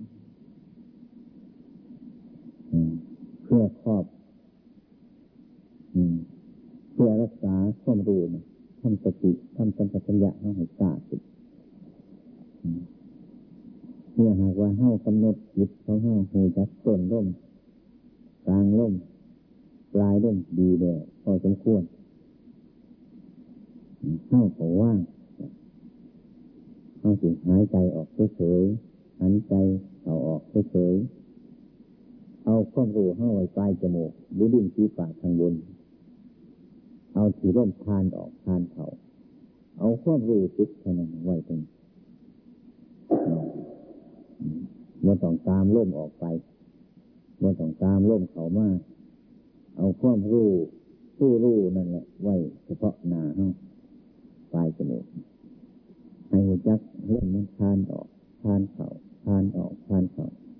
เพื่อครอบเพื่อรักษาความรู้ทำสติทำสัมปชัญญะให้ให้กล้าสิเมื่อหากว่าเฮากำหนดจิตของเฮาหูจักต้นร่มกลางร่มปลายร่มดีเลยพอสมควรเฮาก็ว่างเฮาสิหายใจออกเฉยๆหายใจเข้าออกเฉยๆเอาความรู้เฮาไว้ปลายจมูกหรือลิ้นที่ปากข้างบนเอาที่ร่มทานออกทานเข้าเอาความรู้สึกเท่านั้นไว้ตรงบ่ต้องตามร่มออกไปบ่ต้องตามร่มเข้ามาเอาความรู้ผู้รู้นั่นแหละไว้เฉพาะหน้าเฮาปลายจมูกให้รู้จักร่มมันทานออกทานเข้าทานออกทานเข้า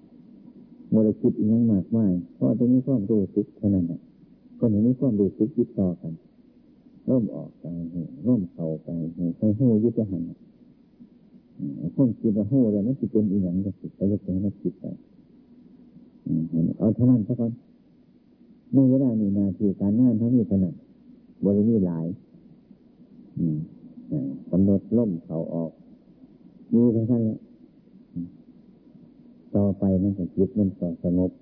โมเลกุลอีกอย่างมากมายเพราะตรงนี้ความรู้สึกเท่านั้นแหละคนอย่างนี้ความรู้สึกติดต่อกันร่มออกไปร่มเข้าไปให้หูยุติหันคนคิดว่าหูแล้วมันจะเป็นอีกอย่างก็คิดไปจะเป็นนักคิดไปเอาเท่านั้นซะก่อนในเวลานี้นาทีการงานเท่านี้เท่านั้นบริมีหลายกำหนดร่มเข้าออกมีเท่านั้นแหละต่อไปมันก็จิตมันก็สงบ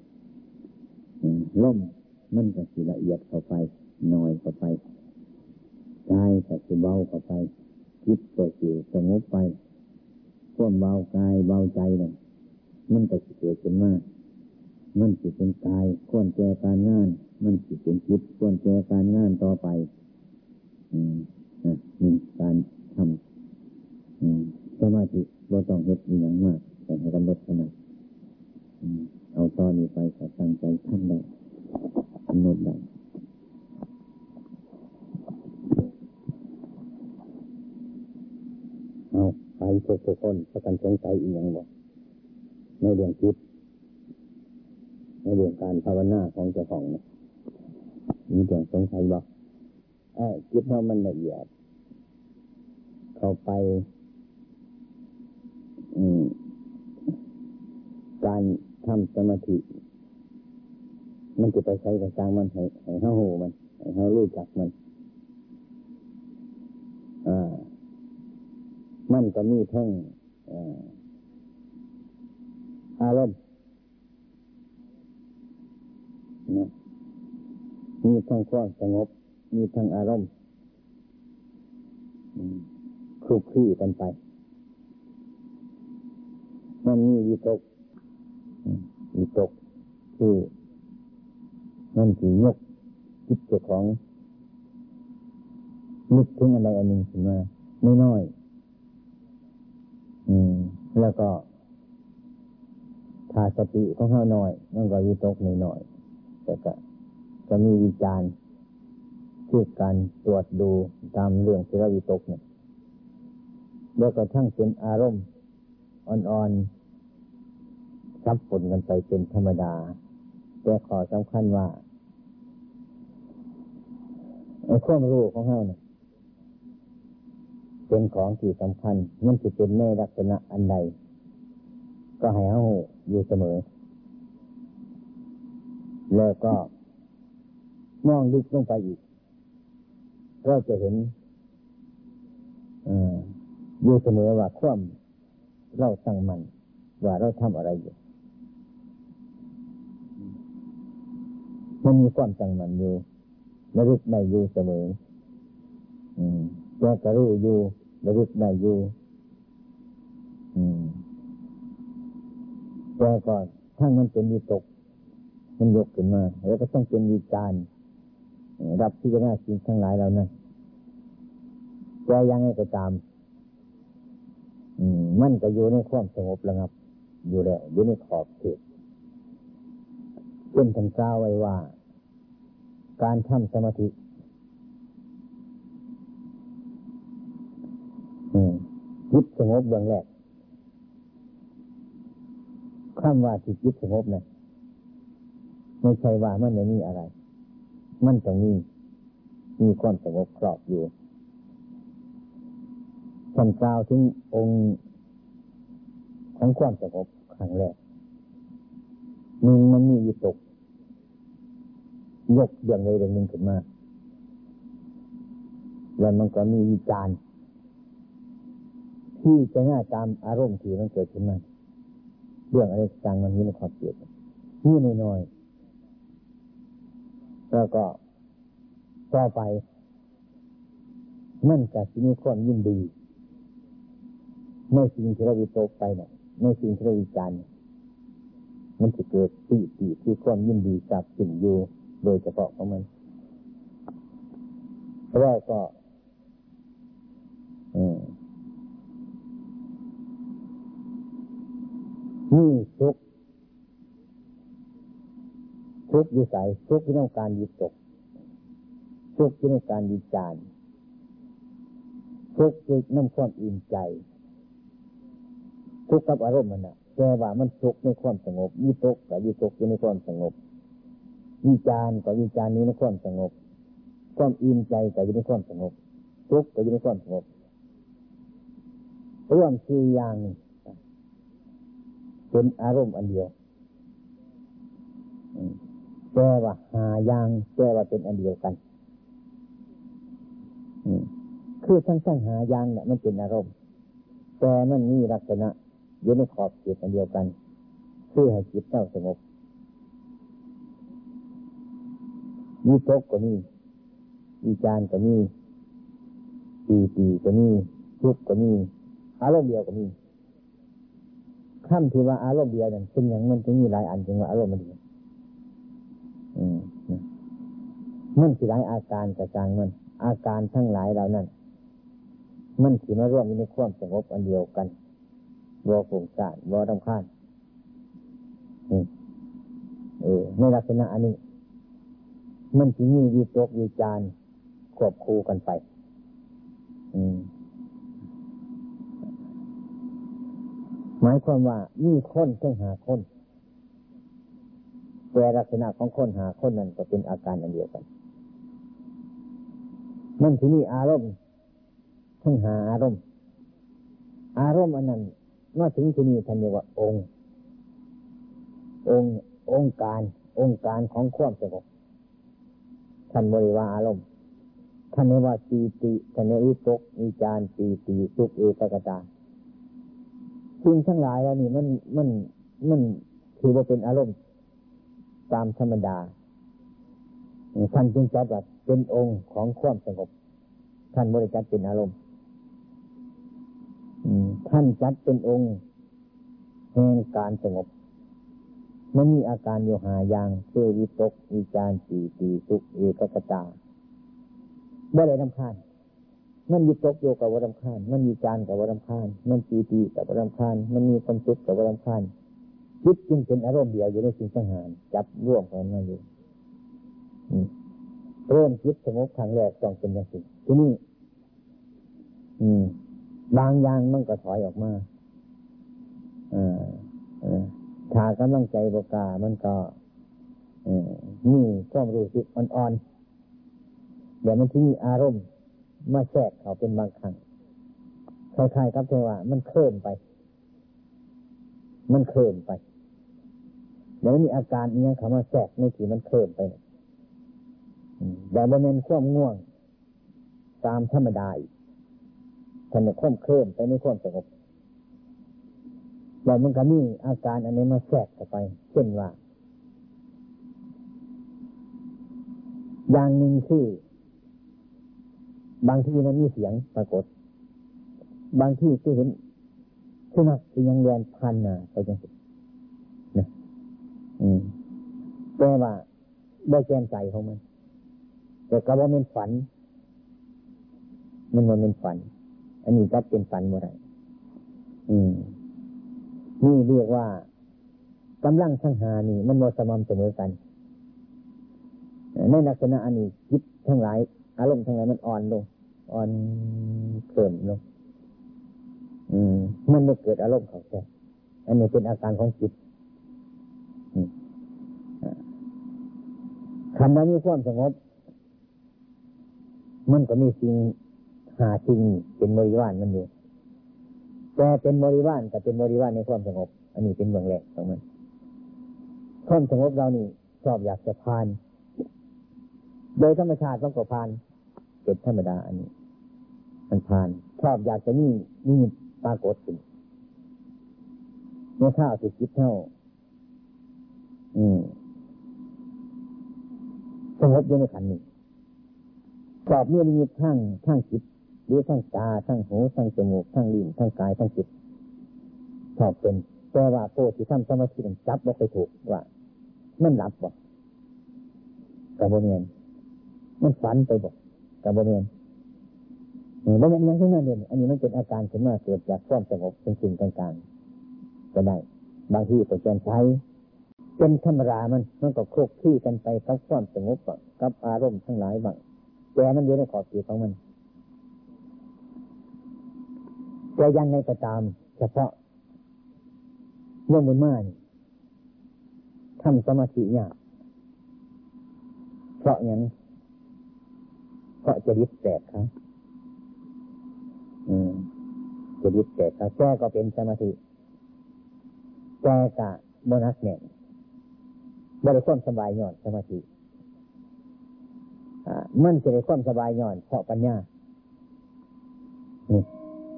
ร่มมันก็สิละเอียดเข้าไปน้อยเข้าไปกายก็สิเบาเข้าไปจิตก็สิสงบไปความเบากายเบาใจนั่นมันก็สิเกิดขึ้นมามันสิเป็นกายควรแก่การงานมันสิเป็นจิตควรแก่การงานต่อไปอืมนี่การทำอืมสมาธิบ่ต้องเฮ็ดอีหยังมากแต่ให้กำหนดขนาดเอาตอนนี้ไปก็ตั้งใจทำได้กำหนดได้เอาไปทุกคนประกันสงสัยอีกอย่างบ่ในเรื่องจิตในเรื่องการภาวนาของเจ้าของมีเรื่องสงสัยบ่เอ้จิตเรามันละเอียดเข้าไปอืมการทำสมาธิมันจะไปใช้กับจางมันให้ให้เฮาโหมันให้เฮารู้จักมันอ่ามันก็มีทั้งอ่าอารมณ์นะมีทั้งความสงบมีทั้งอารมณ์คลุกคลีกันไปมันมีวิตกวิตกคือมันสิยกจิตเจ้าของนึกถึงอะไรอันหนึ่งขึ้นมาไม่น้อยอืมแล้วก็ถ้าสติของเฮาน้อยมันก็วิตกน้อยๆแต่ก็จะมีวิจารณ์คือการตรวจดูตามเรื่องที่เราวิตกเนี่ยแล้วก็ทั้งเป็นอารมณ์อ่อนๆซับปนกันไปเป็นธรรมดาแต่ข้อสำคัญว่าไอ้ความรู้ของเฮาเนี่ยเป็นของที่สำคัญมันสิเป็นในลักษณะอันใดก็ให้เฮาอยู่เสมอแล้วก็มองลึกลงไปอีกก็จะเห็นอยู่เสมอว่าความเราตั้งมั่นว่าเราทำอะไรอยู่มันมีความตั้งมั่นอยู่ระลึกได้อยู่เสมอแต่ก็รู้อยู่ระลึกได้อยู่แต่ก็ทั้งมันเป็นวิตกมันยกขึ้นมาแล้วก็ต้องเป็นวิจารณ์รับพิจารณาสิ่งทั้งหลายเหล่านั้นแต่ยังไงก็ตามมันก็อยู่ในความสงบระงับอยู่แล้วอยู่ในขอบเขตเป็นท่านกล่าวไว้ว่าการทำสมาธิจิตสงบเบื้องแรกคำว่าที่จิตสงบนะไม่ใช่ว่ามันไม่มีอะไรมันต้องมีมีความสงบครอบอยู่ท่านกล่าวถึงองค์ของความสงบครั้งแรกหนึ่งมันมีวิตกยกเรื่องใดเรื่องหนึ่งขึ้นมาแล้วมันก็มีวิจารณ์ที่จะหน้าตามอารมณ์ที่มันเกิดขึ้นมาเรื่องอะไรต่างมันมีในขอบเขตนี่น้อยๆแล้วก็ต่อไปมันจะมีความยินดีในสิ่งที่เราวิตกไปเนี่ยในสิ่งที่เราวิจารณ์มันจะเกิดปีติที่ความยินดีจากสิ่งอยู่โดยเฉพาะของมันแล้วก็นี่ทุกทุกวิสัยทุกที่ต้องการวิตกทุกที่ต้องการวิจารณ์ทุกที่น้ำความอิ่มใจทุกกับอารมณ์มันน่ะแต่ว่ามันสุขในความสงบวิตกกับวิตกอยู่ในความสงบวิจารกับวิจารนี้ในความสงบความอิ่มใจกับอยู่ในความสงบทุกข์กับอยู่ในความสงบร่วมสี่อย่างเป็นอารมณ์อันเดียวแปลว่าหาอย่างแปลว่าเป็นอันเดียวกันคือทั้งทั้งหาอย่างเนี่ยมันเป็นอารมณ์แต่มันมีลักษณะอยู่ในขอบเขตอันเดียวกันเพื่อให้จิตเจ้าสงบมีตกก็มีวิจารก็มีปีติก็มีทุกข์ก็มีอารมณ์เดียวก็มีคำที่ว่าอารมณ์เดียวนั่นเป็นอย่างมันจะมีหลายอันจึงว่าอารมณ์มันเดียวมันสิหลายอาการกระจางมันอาการทั้งหลายเหล่านั้นมันสิมาร่วมอยู่ในความสงบอันเดียวกันบ่ฟุ้งซ่านบ่รำคาญเออในลักษณะอันนี้มันสิมีวิตกวิจารควบคู่กันไปอืมหมายความว่ามีคนเพิ่งหาคนแต่ลักษณะของคนหาคนนั้นก็เป็นอาการอันเดียวกันมันที่นี่อารมณ์ทั้งหาอารมณ์อารมณ์อันนั้นเมื่อถึงที่นี่ท่านเรียกว่าองค์องค์องค์การองค์การของความสงบท่านบริวารอารมณ์ท่านเรียกว่าปีติท่านเรียกวิตกวิจารปีติสุขเอกคตาสิ่งทั้งหลายแล้วนี่มันมันมันถือว่าเป็นอารมณ์ตามธรรมดาท่านจึงจัดว่าเป็นองค์ของความสงบท่านบริจัดเป็นอารมณ์ท่านจัดเป็นองค์แห่งการสงบมันมีอาการอยู่หาอย่างคือวิตกวิจารปีติสุขเอกคตาบ่ได้รำคาญมันวิตกอยู่กับว่ารำคาญมันวิจารกับว่ารำคาญมันปีติกับว่ารำคาญมันมีความสุขกับว่ารำคาญจิตจึงเป็นอารมณ์เดียวอยู่ในสิ่งสังหารจับร่วมกันมาอยู่เริ่มจิตสงบครั้งแรกต้องเป็นอย่างนี้ที่นี่บางอย่างมันก็ถอยออกมาถ้ากำลังใจบกามันก็มีความรู้สึกอ่อนๆเดี๋ยวมันที่มีอารมณ์มาแทรกเขาเป็นบางครั้งคล้ายๆกับที่ว่ามันเคลื่อนไปมันเคลื่อนไปเดี๋ยวมีอาการนี้เขามาแทรกในที่มันเคลื่อนไปแต่บริเวณความง่วงตามธรรมดาท่านจะค่อมเคลื่อนไปในความสงบแล้วมันก็มีอาการอันนี้มาแทรกเข้าไปเช่นว่าอย่างหนึ่งคือบางทีมันมีเสียงปรากฏบางที่ที่เห็นสุนัขที่ยังเรียนพันน่ะไปจังสินะอืมแต่ว่าได้แกมใจของมันแต่ก็ว่ามันฝันมันมันเป็นฝันอันนี้ก็เป็นฝันหมดเลยอืมนี่เรียกว่ากำลังสังหารนี่มันโมสม่ำเสมอกันในลักษณะอันนี้จิตทั้งหลายอารมณ์ทั้งหลายมันอ่อนลงอ่อนเกินลงอืมมันไม่เกิดอารมณ์ของแท้อันนี้เป็นอาการของจิตคำว่ามีความสงบมันก็มีสิ่งหาสิ่งเป็นบริวารมันอยู่แต่เป็นบริวารแต่เป็นบริวารในความสงบอันนี้เป็นเบื้องแรกของมันความสงบเรานี่ชอบอยากจะพานโดยธรรมชาติต้องก็พานเป็นธรรมดาอันนี้มันพานชอบอยากจะนี่นี่ปรากฏขึ้นเมื่อข้าวถูกคิดเท่าอืมสงบอยู่ในขันนี้ชอบเมื่อมีทั้งทั้งจิตหรือทั้งตาทั้งหูทั้งจมูกทั้งลิ้นทั้งกายทั้งจิตชอบเป็นแต่ว่าโพธิธรรมสมาธิมันจับบ่ไปถูกว่ามันหลับบ่กระบวนการมันฝันไปบ่กระบวนการนี่บ่แม่นอย่างนั้นเด้ออันนี้มันเป็นอาการขึ้นมาเกิดจากความสงบเป็นสิ่งกลางๆก็ได้บางทีก็แจ้งใช้เป็นธรรมดามันมันก็คลุกคลีกันไปกับความสงบกับอารมณ์ทั้งหลายบางแต่มันอยู่ในขอบเขตของมันแต่ยังไงก็ตามเฉพาะเรื่องบนม่านทำสมาธิยากเพราะงั้นเพราะจะยึดแตกครับอืมจะยึดแตกครับแก้ก็เป็นสมาธิแก้กะโบนัสเนี่ยบริความสบายย่อนสมาธิอ่ามันจะได้ความสบายย่อนเพราะปัญญานี่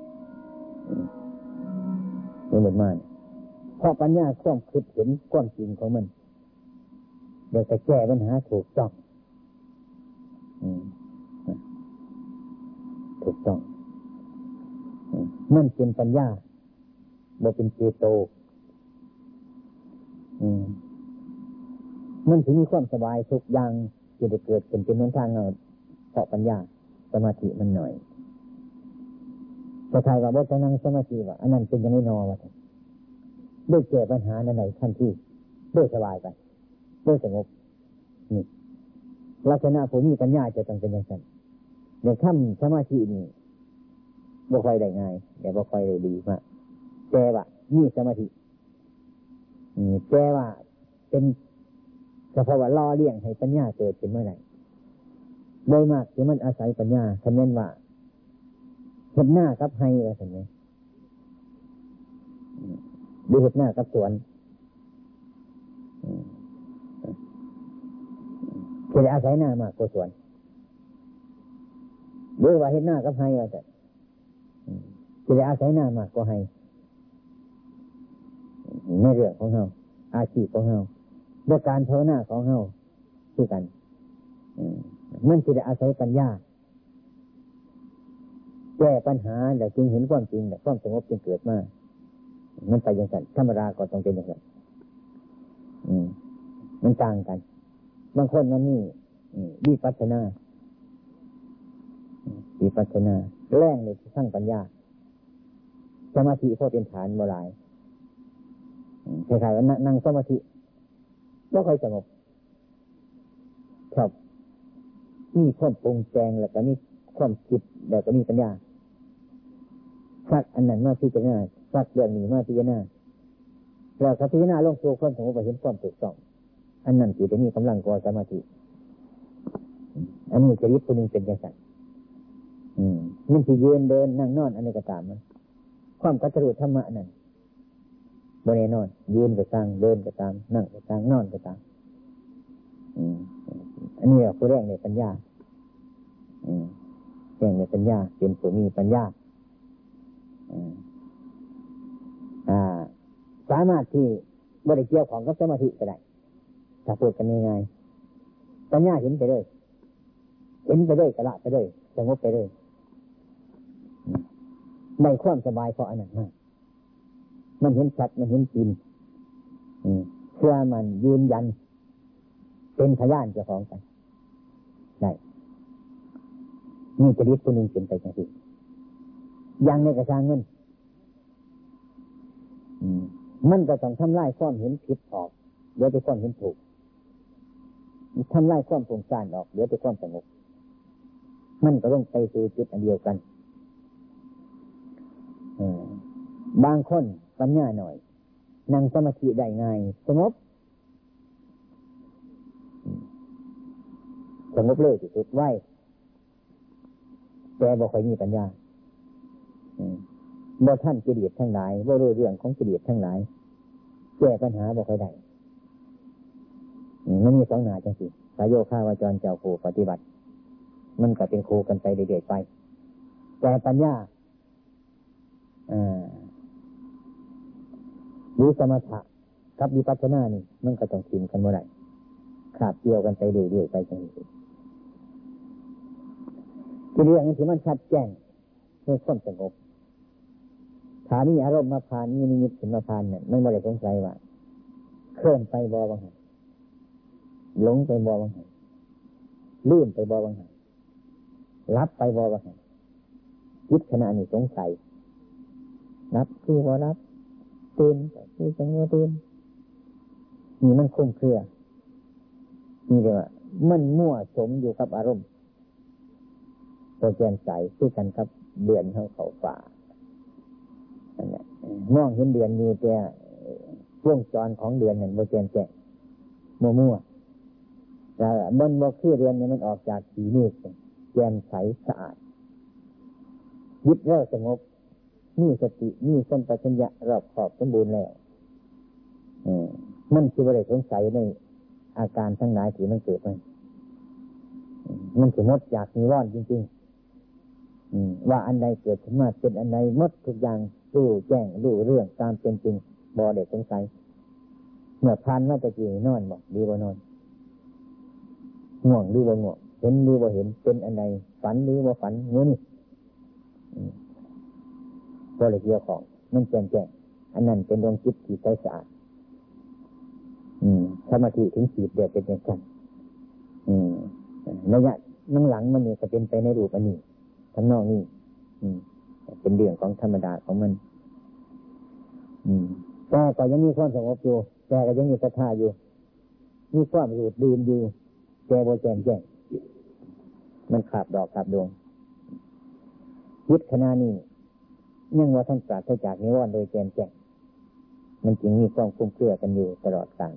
นี่เหมือนมันเพราะปัญญาความคิดเห็นความจริงของมันเดี๋ยวจะแก้ปัญหาถูกต้องถูกต้องมันเป็นปัญญาบ่เป็นเจโตมันถึงมีความสบายทุกอย่างที่ได้เกิดขึ้นเป็นหนทางเงาเพราะปัญญาสมาธิมันหน่อยแต่ใครว่าบ่จะนั่งสมาธิว่าอันนั้นเป็นยังไงนอวะด้วยแก้ปัญหาในทันทีด้วยสบายไปด้วยสงบนี่ลักษณะผู้มีปัญญาจะต้องเป็นอย่างนั้นอย่างทำสมาธินี่บ่ค่อยได้ง่ายเดี๋ยวบ่ค่อยได้ดีมากแต่ว่ามีสมาธินี่แต่ว่าเป็นเฉพาะว่าล่อเลี้ยงให้ปัญญาเกิดขึ้นเมื่อไหร่โดยมากที่มันอาศัยปัญญาคำนั้นว่าเห็นหน้ากับให้ว่าเห็นไหมดูเห็นหน้ากับสวนจะได้อาศัยหน้ามากกว่าสวนหรือว่าเห็นหน้ากับให้ว่าแต่จะได้อาศัยหน้ามากกว่าให้ในเรื่องของเราอาชีพของเราด้วยการภาวนาของเราคือกันมันจะได้อาศัยปัญญาแก้ปัญหาแต่จึงเห็นความจริงแต่ความสงบจึงเกิดมามันไปอย่างนั้นธรรมดาก็ต้องเป็นอย่างนั้นมันต่างกันบางคนมันนี่วิปัสสนาวิปัสสนาแรงในสร้างปัญญาสมาธิพอเป็นฐานโบราณคล้ายๆว่านั่งสมาธิไม่ค่อยสงบชอบมีความปรุงแต่งแล้วก็มีความคิดแล้วก็มีปัญญาสักอันนั้นมาพิจารณาสักเรื่องนี้มาพิจารณาแล้วก็พิจารณาลงสู่ความสงบไปเห็นความถูกต้องอันนั้นจิตจะมีกำลังกว่าสมาธิอันนี้จะยึดตัวนึงเป็นอย่างไรมันที่ยืนเดินนั่งนอนอันนี้ก็ตามมันความกัจจรุธรรมะนั่นบริเวณนอนยืนก็ตามเดินก็ตามนั่งก็ตามนอนก็ตามอันนี้คือเรื่องในปัญญาเรื่องในปัญญาเป็นผู้มีปัญญาสามารถที่บริเกี่ยวของกับสมาธิก็ได้ถ้าพูดกันง่ายๆปัญญาเห็นไปเลยเห็นไปเลยกระละไปเลยสงบไปเลยได้ความสบายเพราะอันนั้นมากมันเห็นชัดมันเห็นจริงเชื่อมันยืนยันเป็นพยานเจ้าของกันได้นี่จะยึดตัวหนึ่งเป็นไปจริงอย่างในกระชังมันมันก็ต้องทำลายความเห็นผิดออกเดี๋ยวไปความเห็นถูกทำลายความโปร่งใสออกเดี๋ยวไปความสงบมันก็ต้องไปสู่จุดอันเดียวกันบางคนปัญญาหน่อยนั่งสมาธิได้ง่ายสงบสงบเลยที่สุดไว้แต่บ่ค่อยมีปัญญาบ่ท่านกิเลสทั้งหลายบ่รู้เรื่องของกิเลสทั้งหลายแก้ปัญหาบ่ค่อยได้มันมีสองหน้าจังสิสายโยคาวาจรเจ้าครูปฏิบัติมันก็เป็นครูกันไปเรื่อยๆไปแต่ปัญญาอ่าหรือสมถะกับวิปัสสนานี่มันก็ต้องกินกันเมื่อไหร่ขาบเกี่ยวกันไปเรื่อยๆไปจังสิที่เรื่องนี้ที่มันชัดแจ้งในความสงบฐานีอารมณ์มาผ่านมีนิมิตถึงมาผ่านเนี่ยไม่ไม่ได้สงสัยว่าเคลื่อนไปบ่บางแห่งหลงไปบ่บางแห่งลื่นไปบ่บางแห่งรับไปบ่บางแห่งจิตขณะนี้สงสัยรับคือบ่รับตื่นคือจังว่าตื่นนี่มันคุ้มเครือนี่เรียกว่ามันมั่วสมอยู่กับอารมณ์โปรแกรมใสคือกันกับเดือนเขาเขาฝ่ามองเห็นเดือนอยู่แต่วงจรของเดือนนั่นบ่แจ่มแจ้งมั่วๆแต่มันบ่คือเดือนนี่มันออกจากสีเมฆแจ่มใสสะอาดยึดแล้วสงบมีสติมีสัมปชัญญะรอบขอบสมบูรณ์แล้วมันสิบ่ได้สงสัยในอาการทั้งหลายที่มันเกิดขึ้นมันสิหมดจากนิวรณ์จริงๆว่าอันใดเกิดขึ้นมาเป็นอันใดหมดทุกอย่างรู้แจ้งรู้เรื่องตามเป็นจริงบ่ได้สงสัยเมื่อผ่านมาตะกี้นอนบ่ดีบ่นอนง่วงหรือบ่ง่วงเห็นหรือบ่เห็นเป็นอันใดฝันหรือบ่ฝันงูนี่บ่ได้เกี่ยวของมันแจ้งแจ้งอันนั้นเป็นดวงจิตที่ใสสะอาดสมาธิถึงขีดเดียวเป็นอย่างนั้นระยะนั่งหลังมันนี่จะเป็นไปในรูปอันนี้ทั้งนอกนี่เป็นเรื่องของธรรมดาของมันแต่ก็ยังมีความสงบอยู่แต่ก็ยังมีศรัทธาอยู่มีความรู้ดื่มอยู่แต่บ่แจ่มแจ้งมันขาดดอกขาดดวงจิตขณะนี้ยังว่าท่านปราศจากนิวรณ์โดยแจ่มแจ้งมันจึงมีความคุ้มเครือกันอยู่ตลอดกาล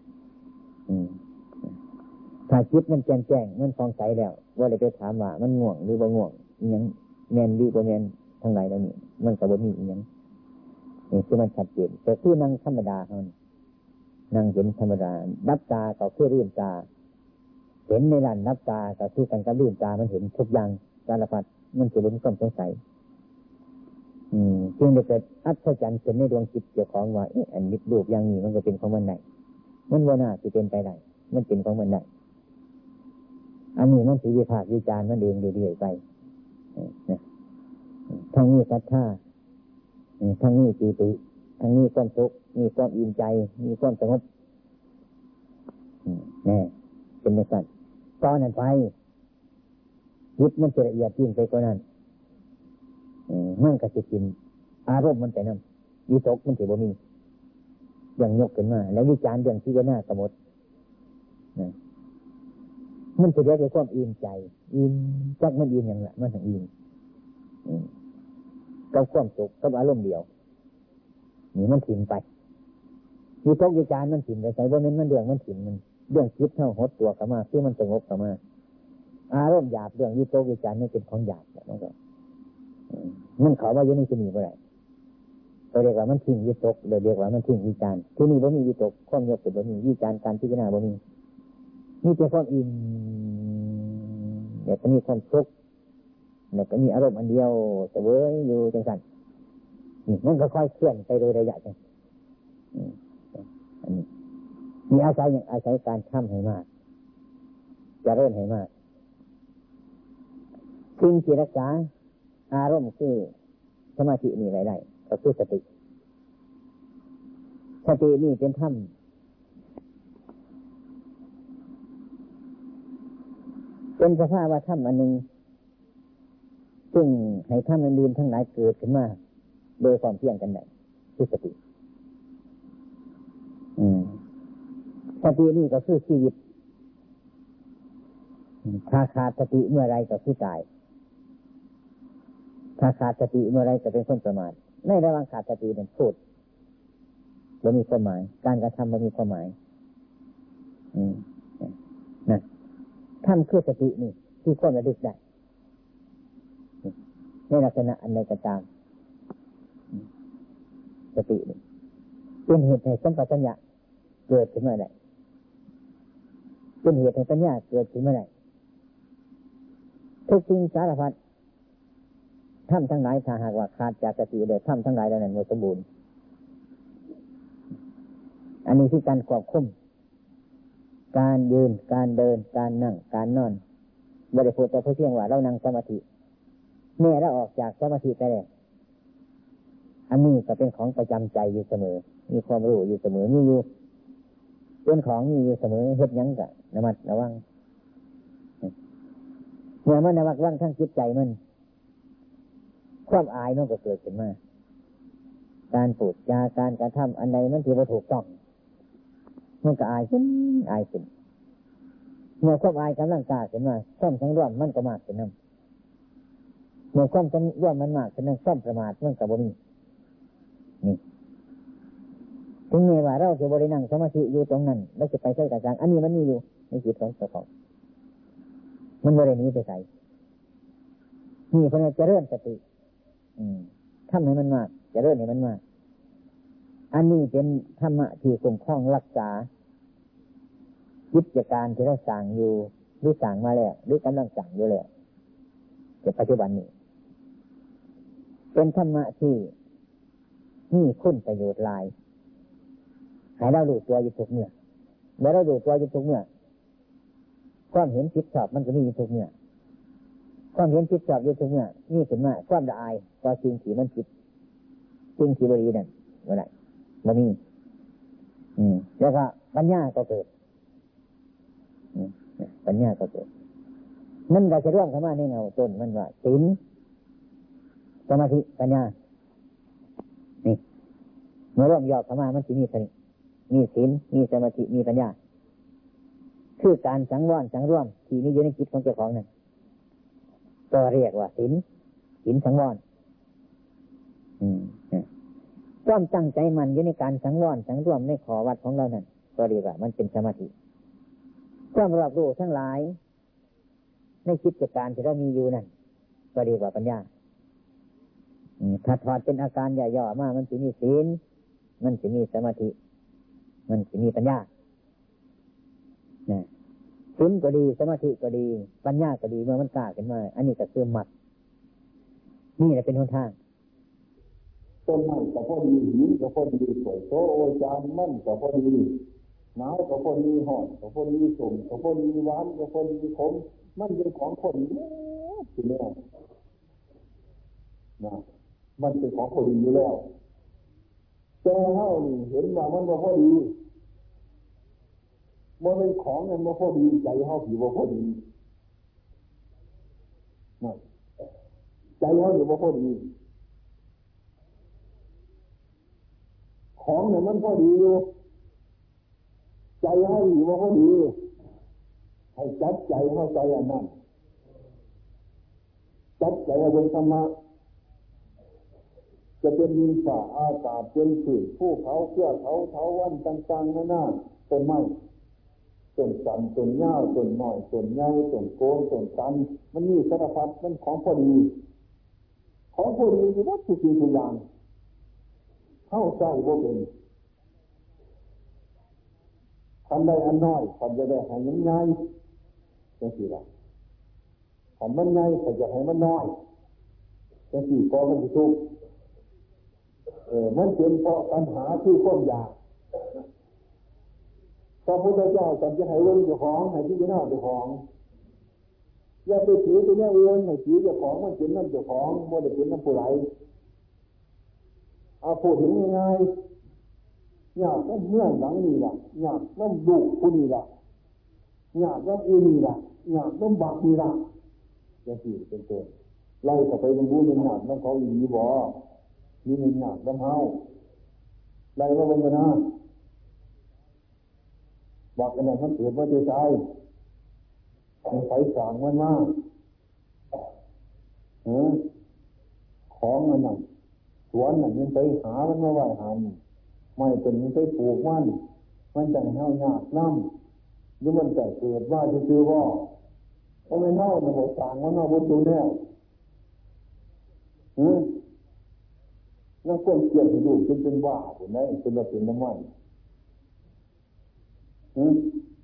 ถ้าจิตมันแจ่มแจ้งมันฟองใสแล้วว่าเลยไปถามว่ามันง่วงหรือบ่ง่วงยังแม่นหรือบ่แม่นทั้งหลายแล้วนี่มันก็บ่มีอีหยังนี่คือมันชัดเจนแต่คือนั่งธรรมดาเท่านั้นนั่งเห็นธรรมดานับตาก็คือลืมตาเห็นในร้านนับตาก็คือกันกับลืมตามันเห็นทุกอย่างสารพัดมันจะล้มความสงสัยอืมจึงได้เกิดอัศจรรย์ขึ้นในดวงจิตเจ้าของว่าเอ๊ะอันนี้รูปอย่างนี้มันก็เป็นของมันไหนมันว่าน่าจะเป็นไปได้มันเป็นของมันไหนอันนี้มันสิวิพากษ์วิจารณ์มันเองเรื่อยๆไปนะทั้งนี้ศรัทธาทั้งนี้ปีติทั้งนี้ความสุขมีความอิ่มใจมีความสงบนี่เป็นในสัตว์ตอนนั้นไปจิตมันจะละเอียดยิ่งไปกว่านั้นมันก็จะกินอารมณ์มันแต่นั้นวิตกมันถือว่ามีอย่างยกขึ้นมาแล้ววิจารณ์อย่างที่จะน่าสมมติมันจะได้ด้วยความอิ่มใจอิ่มจักมันอิ่มอย่างละมันถึงอิ่มกับความสุขกับอารมณ์เดียวนี่มันถิ่มไปวิตกวิจารณ์มันถิ่มไปใส่ว่ามันมันเรื่องมันถิ่มมันเรื่องคิดเท่าหดตัวเข้ามาคือมันสงบเข้ามาอารมณ์หยาบเรื่องวิตกวิจารณ์นี่เป็นของหยาบมันก็มันเขาว่าอยู่ในที่นี้บ่ได้เราเรียกว่ามันทิ้งวิตกเราเรียกว่ามันทิ้งวิจารณ์ที่นี่บ่มีวิตกความเงียบเป็นบ่มีวิจารณ์การพิจารณาบ่มีมีแต่ความอิ่มเดี๋ยวก็มีความสุขเดี๋ยวก็มีอารมณ์อันเดียวเสวยอยู่จังสันมันก็ค่อยเคลื่อนไปโดยระยะจังอันนี้มีอาศัยอย่างอาศัยการทำให้มากจะเริ่มให้มากสิ่งที่รักษาอารมณ์คือสมาธินี่ไว้ได้ก็คือสติสตินี่เป็นธรรมเป็นสภาวะธรรมอันหนึ่งซึ่งให้ธรรมอื่นทั้งหลายเกิดขึ้นมาโดยความเพียงกันได้คือสติสตินี่ก็คือชีวิตถ้าขาดสติเมื่อไรก็คือตายถ้าขาดสติเมื่อไรจะเป็นคนประมาทในระหว่างขาดสติเนี่ยพูดมันมีความหมายการกระทำมันมีความหมายนะทำคือสตินี่ที่ความระลึกได้ในลักษณะอันใดก็ตามสตินี่เป็นเหตุให้สัมปชัญญะเกิดขึ้นเมื่อไหร่เป็นเหตุให้ปัญญาเกิดขึ้นเมื่อไหร่ทุกสิ่งสารพัดทำทั้งหลายถ้าหากว่าขาดจากสติเลยทำทั้งหลายแล้วนั้นไม่สมบูรณ์อันนี้คือการควบคุมการยืนการเดินการนั่งการนอนบริโภคแต่เพียงว่าเรานั่งสมาธิเมื่อเราออกจากสมาธิไปแล้วอันนี้ก็เป็นของประจำใจอยู่เสมอมีความรู้อยู่เสมอมีอยู่เป็นของมีอยู่เสมอเฮ็ดหยังกะระมัดระวังเมื่อมันระมัดระวังทั้งจิตใจมันความอายมันก็เกิดขึ้นมาการพูดจาการกระทำอันใดมันที่ว่าถูกต้องมันก็อายขึ้นอายขึ้นเมื่อความอายกำลังกล้าขึ้นมาความทั้งร่วมมันก็มากขึ้นนั่นเมื่อความทั้งร่วมมันมากขึ้นนั่นความประมาทมันก็บ่มีนี่ถึงแม้ว่าเราจะบรินั่งสมาธิอยู่ตรงนั้นแล้วจะไปใช้กับสังอันนี้มันมีอยู่ในจิตของเจ้าของมันบริหนีไปใส่นี่เพราะนั้นจะเริ่มสติทำให้มันมากจะเริ่มให้มันมากอันนี้เป็นธรรมะที่คุ้มครองรักษากิจการที่เราสั่งอยู่หรือสั่งมาแล้วหรือกำลังสั่งอยู่แล้วในปัจจุบันนี้เป็นธรรมะที่นี่คุณประโยชน์หลายให้เราดูตัวอยู่ทุกเมื่อเมื่อเราดูตัวอยู่ทุกเมื่อความเห็นผิดชอบมันก็มีอยู่ทุกเมื่อความเห็นผิดชอบอยู่ทุกเมื่อนี่ถึงมาความละอายต่อสิ่งที่มันผิดสิ่งที่บรินั่นเมื่อไหร่มันมีอืมแล้วก็ปัญญาก็เกิดปัญญาก็เกิดมันก็จะร่วมเข้ามาในเงาต้นมันว่าศีลสมาธิปัญญานี่เมื่อร่วมยอดเข้ามามันจะมีสติมีศีลมีสมาธิมีปัญญาคือการสังวรสังร่วมที่มีอยู่ในจิตของเจ้าของนั่นก็เรียกว่าศีลศีลสังวรความตั้งใจมันอยู่ในการสังวรสังร่วมในขอวัดของเรานั่นก็เรียกว่ามันเป็นสมาธิความรอบรู้ทั้งหลายในกิจการที่เรามีอยู่นั่นก็เรียกว่าปัญญาถ้าถอดเป็นอาการย่อๆมามันจะมีศีลมันจะมีสมาธิมันจะมีปัญญาศีลก็ดีสมาธิก็ดีปัญญาก็ดีเมื่อมันกล้าขึ้นมาอันนี้ก็คือมัดนี่แหละเป็นหนทางต้นไม้ก็พอดีหินก็พอดีสวยโตโอจานมั่นก็พอดีหนาวก็พอดีห่อนก็พอดีสมก็พอดีหวานก็พอดีขมมันเป็นของคนนี้สิแม่นะมันเป็นของพอดีอยู่แล้วแต่เฮานี่เห็นว่ามันบ่พอดีมันเป็นของนั้นบ่พอดีใจเฮาสิบ่พอดีนะใจเฮาสิบ่พอดีของเนี่ยมันพอดีอยู่ใจให้อยู่ว่าพอดีให้จัดใจเข้าใจอันนั้นจัดใจเอาเป็นธรรมะจะเป็นดินฟ้าอากาศเป็นผืนภูเขาเทือกเขาเถาวัลย์ต่างๆนั่นน่ะต้นไม้ต้นสันต้นหญ้าต้นหน่อยต้นใหญ่ต้นโกนต้นสันมันมีสารพัดมันของพอดีของพอดีอยู่ทุกสิ่งทุกอย่างเข้าใจว่าเป็นทำได้อันน้อยทำจะได้ให้มันง่ายจังสิล่ะทำมันง่ายแต่จะให้มันน้อยจังสิก็มันทุกข์เออมันเป็นเพราะปัญหาที่ความอยากพระพุทธเจ้าท่านจะให้เรื่องเจ้าของให้ที่จะน่าเจ้าของอย่าไปถือตัวนี้เองให้ถือเจ้าของมันเป็นนั่นเจ้าของไม่ได้เป็นนั่นผู้ใดเอาพูดถึงง่ายๆอยากต้องเมื่อนหลังนี่ล่ะอยากต้องดุผู้นี่ล่ะอยากต้องอีนี่ล่ะอยากต้องบักนี่ล่ะจะสี่เป็นตัวไล่เข้าไปเป็นผู้เป็นหยาดต้องเขาอีบ่มีเป็นหยาดต้องเฮาไล่มาเป็นกันนะบักกันนั้นมันเกิดมาใจใจมันไฟสางมันมากเออของมันนั่นสวนนั่นมันไปหามันมาไหวหันไม่เป็นมันไปปลูกมันมันจังเท่ายากน้ำหรือมันแต่เกิดว่าจะคือว่าเพราะไม่เท่ามันบอกสั่งมันเอาบนตัวเนี่ยอืมนั่งก้นเกี่ยวให้ดูจนเป็นว่าเห็นไหมจนเราเป็นน้ำมันอืม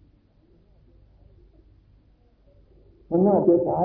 มันน่าจะใช้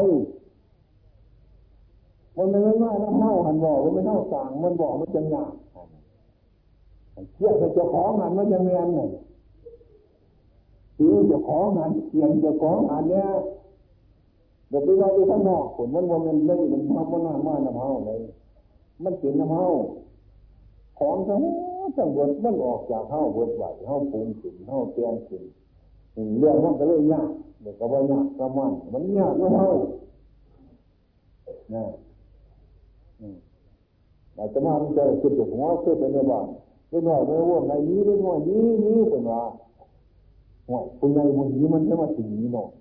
มันไม่ไม่ไม่น้ำเน่าหันบอกมันไม่เน่าสั่งมันบอกมันจะหยาบเทียบกับเจ้าของหันมันจะเมียนหนึ่งทีเจ้าของหันเขียนเจ้าของหันเนี้ยเดี๋ยวไปเราไปข้างนอกผลมันว่ามันไม่มันทำมันหน้ามาน้ำเน่าเลยมันเป็นน้ำเน่าของทั้งทั้งหมดมันออกจากเน่าเบิดไหวเน่าปรุงขึ้นเน่าเตียงขึ้นเรื่องมันก็เลยยากเดี๋ยวก็ว่ายากก็มันมันยากก็เน่านะอาจจะมามันจะคิดถึงหัวคิดเป็นในบ้านเรื่องน้อยเรื่องว่าในนี้เรื่องน้อยนี้นี้เป็นว่าหัวคุณในบุญนี้มันจะมาถึงนี้เนาะ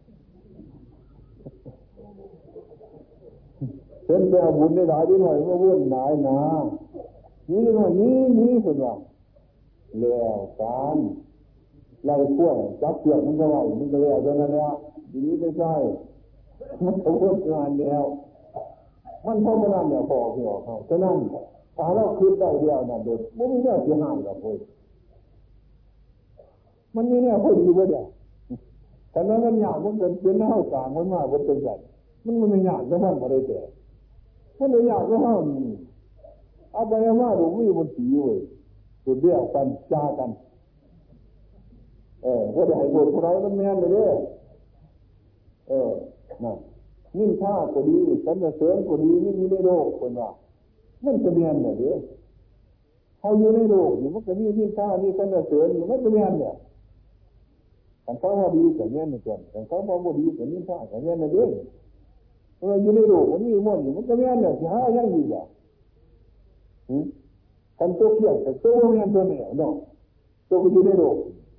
เห็นไปเอาบุญได้หลายได้หน่อยว่าวุ่นหลายนะนี้เรื่องน้อยนี้นี้เป็นว่าแล้วการไล่ขั้วจับเชือกมันก็ไหลมันก็แล้วจนนั้นแล้วทีนี้ไม่ใช่มันต้องทำงานแล้วมันพอมันนั่นเนี่ยพอพี่ออกเขาฉะนั้นถ้าเราคิดได้เดียวนั่นเด็กมันไม่ได้เสียหายหรอกเว้ยมันไม่แน่พอดีเว้ยเดียวแต่นั้นมันยากมันเป็นเป็นเท่าสามมันมากมันเป็นใหญ่มันมันไม่ยากแล้วมันอะไรแต่มันไม่ยากแล้วมันเอาไปเอามาดูวิ่งบนสีเว้ยสุดเดียวกันจ้ากันเออพอได้บทพวกเรามันแม่นเลยเนี่ยเออนั่นนิ่งท่าก็ดีสันเสริญก็ดีนี่มีในโลกคนว่ามันจะแม่นเนี่ยเด้อเขาอยู่ในโลกอยู่มันก็มีนิ่งท่านี่สันเสริญอยู่มันจะแม่นเนี่ยแต่เขาว่าดีแต่แม่นนี่ก่อนแต่เขาว่าดีแต่นิ่งท่าแต่แม่นเนี่ยเด้อเอออยู่ในโลกมันมีมันอยู่มันจะแม่นเนี่ยจะหายังดีอ่ะหืมกันตัวเที่ยงแต่ตัวแม่นตัวเนี่ยเนาะตัวก็อยู่ในโลก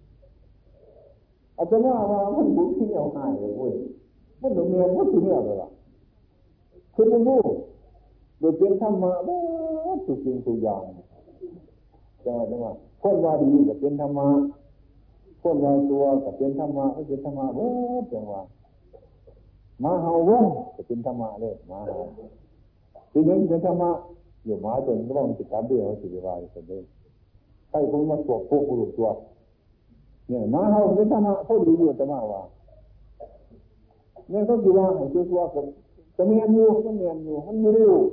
อาจจะว่าว่ามันบุญที่เอาหายเลยเว้ยมันโดนเมียมันคือเนี่ยเลยล่ะคือมันรู้โดยเป็นธรรมะบ้าทุกสิ่งทุกอย่างจังหวะจังหวะคนว่าดีก็เป็นธรรมะคนว่าตัวก็เป็นธรรมะก็เป็นธรรมะบ้าจังหวะมาเฮาว่องก็เป็นธรรมะเลยมาเฮาทีนี้เป็นธรรมะอยู่มาจนก็ต้องติดกับเดียวสิบวายสุดเลยใครคงมาตรวจพวกผู้รู้ตัวเนี่ยมาเฮาเป็นธรรมะเขาดีอยู่แต่มาว่าเนี่ยก็คือว่าให้ตัวตัวกับจะเมียนอยู่มันเมียนอยู่มันไม่ได้อยู่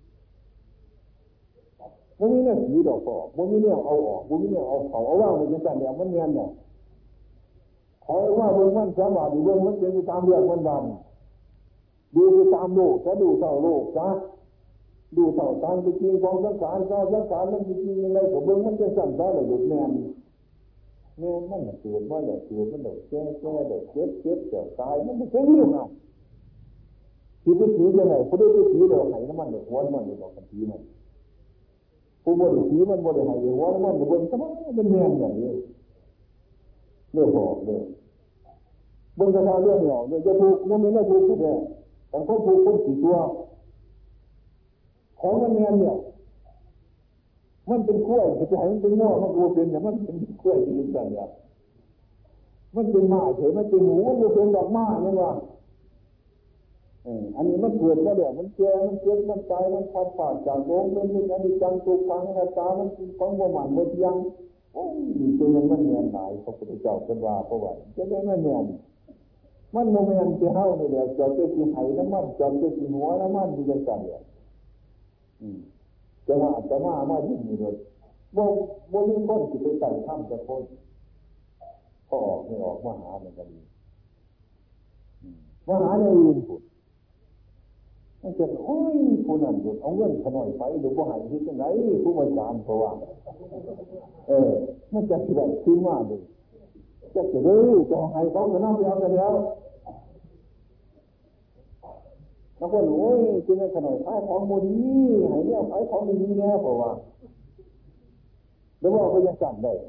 มันมีเนี่ยสีดอกก็มันมีเนี่ยเอาออกมันมีเนี่ยเอาเขาเอาว่างในจังหวะเนี่ยมันเมียนเนี่ยขอว่าเบื้องมันสามารถดูเบื้องมันเป็นไปตามเรื่องมันวันดูไปตามโลกจะดูเท่าโลกจ้ะดูเท่าตามจริงของสังขารก็สังขารมันจริงยังไงผมเบื้องมันจะสั่นได้เลยดุแมนแม่มันเกิดมาแล้วเกิดมันเดือดแก่แก่เดือดเจ็บเจ็บเดือดตายมันไม่ใช่เรื่องนั้นที่ไปถือยังไงเขาได้ไปถือเดือดไหนน้ำมันเดือดหัวมันเดือดกันถือมันผู้บริถือมันบริหารหัวมันเดือดสมัยเป็นแม่อย่างนี้เรื่องบอกเลยบนกระทาเรื่องหล่อเนี่ยจะถูกมันไม่ได้ถูกทุกอย่างแต่เขาถูกคนสี่ตัวของมันแม่เนี่ยมันเป็นกล้วยจะให้มันเป็นง้อมันกูเป็นแต่มันเป็นกล้วยที่ยิ่งใหญ่เนี่ยมันเป็นม้าเฉยมันเป็นหมูมันเป็นดอกม้าเนี่ยว่าอันนี้มันเกิดมาเดี๋ยวมันแก่มันเกิดมันตายมันพัดผ่านจากโลกมันเป็นอนิจจังทุกขังอนัตตามันเป็นของบ่หมันบ่เที่ยงโอ้ยตัวมันมันเนียนหลายพระพุทธเจ้าเป็นว่าเพราะว่าจะได้ไม่เนียนมันโมเมนต์ที่เฮาเนี่ยเดี๋ยวจะเกิดที่ไหน้ำมันจะเกิดที่หัวน้ำมันที่จะสั่นเนี่ยจะว่าจะว่ามาที่นี่เลยบ่บ่มีคนที่ไปใส่ถ้ำจะคนพอออกไม่ออกมาหาเหมือนกันมาหาในอื่นผุดมันจะโอ้ยผู้นั้นผุดเอาเงินขน่อยไปหรือว่าหายที่ไหนผู้บริการเพราะว่าเออมันจะแบบขึ้นมาเลยจะจะเลยจะให้เขาจะนั่งยาวกันแล้วแล้วก็โอ้ยจึงให้ขน่อยขายของโมดีให้เนี่ยขายของดีๆแน่เพราะว่าแล้วว่าเขาจะสั่นได้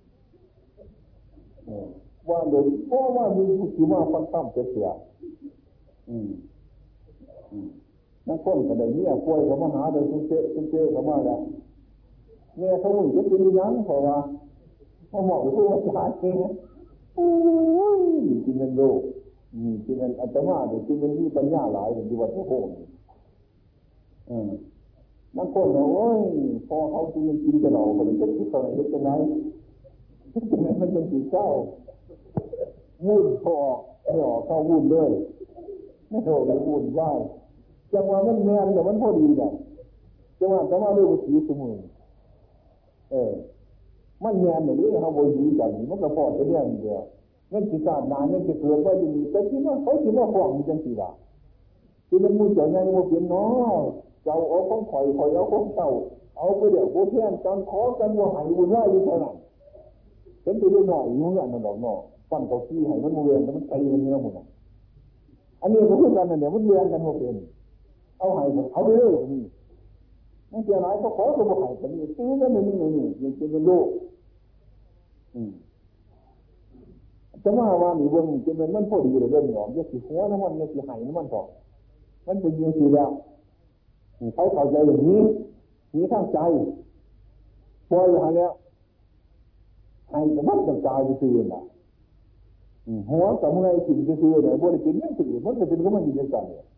ว่าเดี๋ยวเพราะว่ามีผู้ที่มาฟังตั้มเสียอืมอืมนักคนก็ได้เนี่ยป่วยเขามาหาโดยทุเจทุเจเขามาแล้วแม่เขาจะเป็นยังเพราะว่าเขาบอกว่าผู้ว่าชาติเนี่ยโอ้ยจริงเป็นโลกจริงเป็นอัตมาจริงเป็นมีปัญญาหลายอยู่วัดพระโพธิ์อืมนักคนโอ้ยพอเขาจริงจริงจะเราคนจะคิดอะไรเล็กน้อยคิดยังไงมันเป็นสีเศร้าวุ่นพอไม่ออกเข้าวุ่นเลยไม่โดนเลยวุ่นได้จังหวะมันแมนแต่มันพอดีเนี่ยจังหวะจังหวะเรื่องสีสมุนเออมันแมนอย่างนี้เขาบริสุทธิ์กันมันก็พอจะเรื่องเดียวนั่นคือการนานนั่นคือเกิดว่าอยู่แต่ที่ว่าเขาคิดว่าฟ้องจังสีละที่มันมุ่งจะไงมุ่งเปลี่ยนน้อเจ้าเอาของข่อยข่อยเอาของเจ้าเอาไปเดี๋ยวโบเทียนการขอกันว่าหายวุ่นวายอยู่เท่านั้นเป็นตัวเรื่องหน่อยยุ่งอย่างนั้นหรอกเนาะฟันเขาขี้หายมันโมเวียนแล้วมันตีมันเนื้อหมดอันนี้ก็คือกันนั่นเดี๋ยวมันเรียนกันโมเป็นเอาหายเอาไปเลยนี่นั่นเจ้าหน้ายเขาขอตัวหายแต่นี่ตีกันนี่นี่นี่ยังเป็นโลกอืมจะมาว่าหนีวงจะเป็นมันพอดีเลยเรื่องหยอมจะสีหัวน้ำมันจะสีหายน้ำมันต่อมันเป็นยังสีแล้วเขาเข้าใจอย่างนี้นี้ทั้งใจปล่อยอย่างแล้วให้กับวัดต่างกายจะซื้อน่ะหัวกับเมื่อยสิ่งจะซื้อไหนบริกินนั่นสิมันจะเป็นก็มันอยู่ในใจ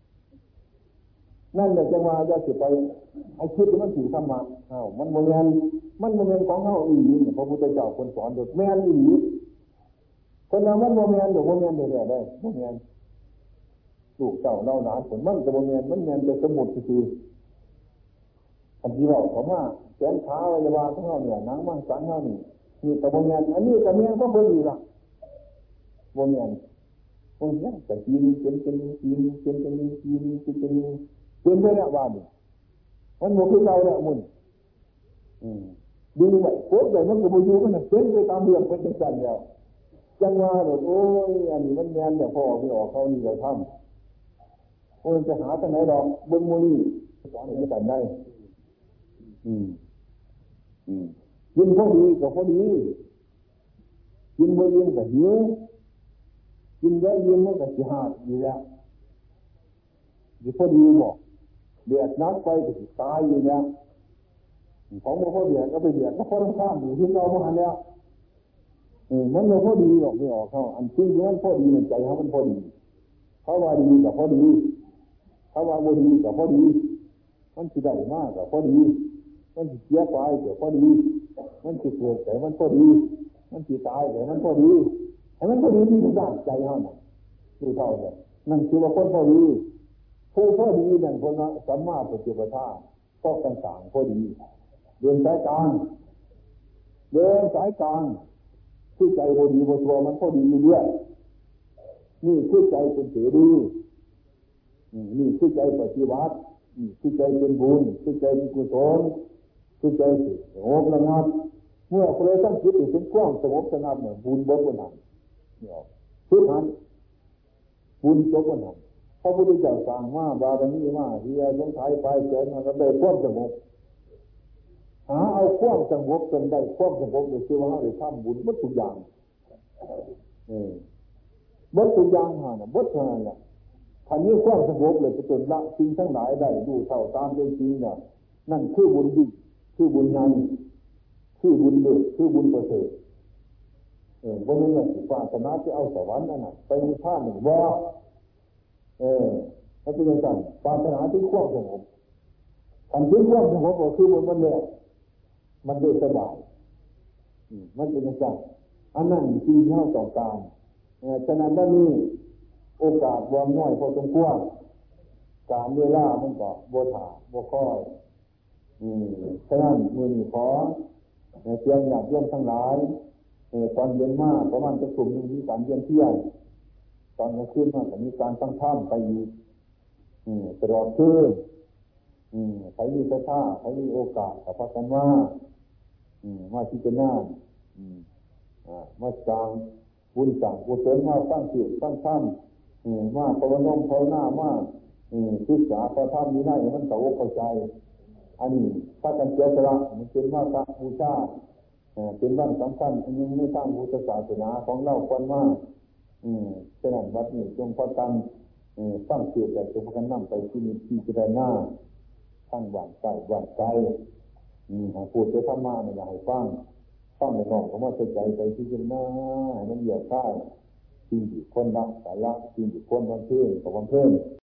นั่นแหละจังหวะจะสิไปไอ้คิดมันถือธรรมะเอ้ามันโมเมนมันโมเมนของเฮาอีหลีพระพุทธเจ้าคนสอนโดดแม่นอีหลีคนนั้นมันโมเมนโดดโมเมนเรื่อยๆได้โมเมนลูกเจ้าเล่าหลานผลมันกับโมเมนมันแมนจะสมุดคือคำที่บอกผมว่าแขนขาวิญญาณของเฮาเนี่ยหนังมังสังเฮานี่นี่กับโมเมนอันนี้กับเมนก็เพิ่มอีกละโมเมนโมเมนแต่กินกินกินกินกินกินกินกินกินกินเป็นไปแล้วว่านี่มันโมคือเราเนี่ยมุนดูไว้โคตรใหญ่มันก็มาอยู่กันเป็นไปตามเรื่องเป็นจังจันแล้วจังว่าเลยโอ้ยอันนี้มันแมนแต่พอไม่ออกเขานี่เราทำโอ้ยจะหาทางไหนดอกเบิ้งโมนี่สอนให้กันได้อืมอืมกินพอดีกับพอดีกินเมื่อเย็นกับหิวกินเยอะเย็นมันก็สิหาดอยู่แล้วอยู่พอดีบอกเดือดนักไปก็สิตายอยู่แล้วของมันพอเดือดก็ไปเดือดก็พอต้องข้ามอยู่ที่เรามาแล้วเออมันไม่พอดีหรอกไม่ออกเขาอันจริงมันพอดีในใจเขามันพอดีเขาว่าดีกับพอดีเขาว่าบ่ดีกับพอดีมันสิได้มากกับพอดีมันสิเสียไปกับพอดีมันสิเกิดแต่มันพอดีมันสิตายแต่มันพอดีไอ้มันพอดีที่ทุกด้านใจเขาน่ะดูเท่าเลยนั่นคือว่าคนพอดีผู้พอดีนั่นคนนั้นสัมมาปฏิปทาก็ต่างๆพอดีเดินสายกลางเดินสายกลางคือใจพอดีพอตัวมันพอดีอยู่ด้วยนี่คือใจเป็นเสรีนี่คือใจปฏิบัตินี่คือใจเป็นบุญคือใจเป็นกุศลคือใจสงบระงับเมื่อเราตั้งจิตเป็นกว้างสงบระงับเนี่ยบุญบดวันนั้นเนี่ยคือมันบุญจบวันนั้นพระพุทธเจ้าสั่งว่าบารมีว่าเฮียสงสัยไปเจริญมันก็ได้ความสงบหาเอาความสงบจนได้ความสงบโดยที่ว่าเราได้ทำบุญหมดทุกอย่างเออหมดทุกอย่างฮะนะหมดเท่านั้นแหละท่านนี้ความสงบเลยจะจนละสิ่งทั้งหลายได้ดูเท่าตามเป็นจริงเนี่ยนั่นคือบุญยิ่งคือบุญใหญ่คือบุญเลิศคือบุญประเสริฐเออบ่แม่นว่าสิปรารถนาจะเอาสวรรค์นั่นน่ะไปมีท่าหนึ่งบ่เออถ้าเป็นอย่างนั้นปรารถนาที่ความสงบอันที่ความสงบก็คือมันมันแล้วมันได้สบายมันเป็นอย่างนั้นอันนั้นคือเท่าต่อการฉะนั้นว่านี่โอกาสวางน้อยพอสมควรการเวลามันก็บ่ถาบ่ค่อยฉะนั้นมือนี้ขอเพียงอยากเยี่ยมทั้งหลายตอนเย็นมากประมาณจะกลุ่มนึงมีการเยี่ยมเที่ยงตอนกลางคืนมากจะมีการตั้งท่ามไปอีกตลอดคืนใครมีศรัทธาใครมีโอกาสกับพระกันว่ามาที่จะน่ามาสร้างบุญสั่งกุศลมาสร้างจิตสร้างธรรมมาภาวนมภาวนามาศึกษาพระธรรมนี้ได้มันเข้าอกเข้าใจอันนี้ถ้าการเจริญมันเป็นว่าการบูชาเป็นบ้านสำคัญอันนี้ไม่สร้างพุทธศาสนาของเราคนมากฉะนั้นวัดนี้จงพอกันสร้างเกียรติแต่จงพอกันนำไปที่มีที่จะได้หน้าทั้งหวานใจหวานใจพูดจะทำมาเนี่ยให้ฟังฟังในห้องเขาว่าใจใจที่จะหน้าให้มันเหยียดข้าวที่คนรักสายรักที่คนบางเพื่อนกับางเพื่อน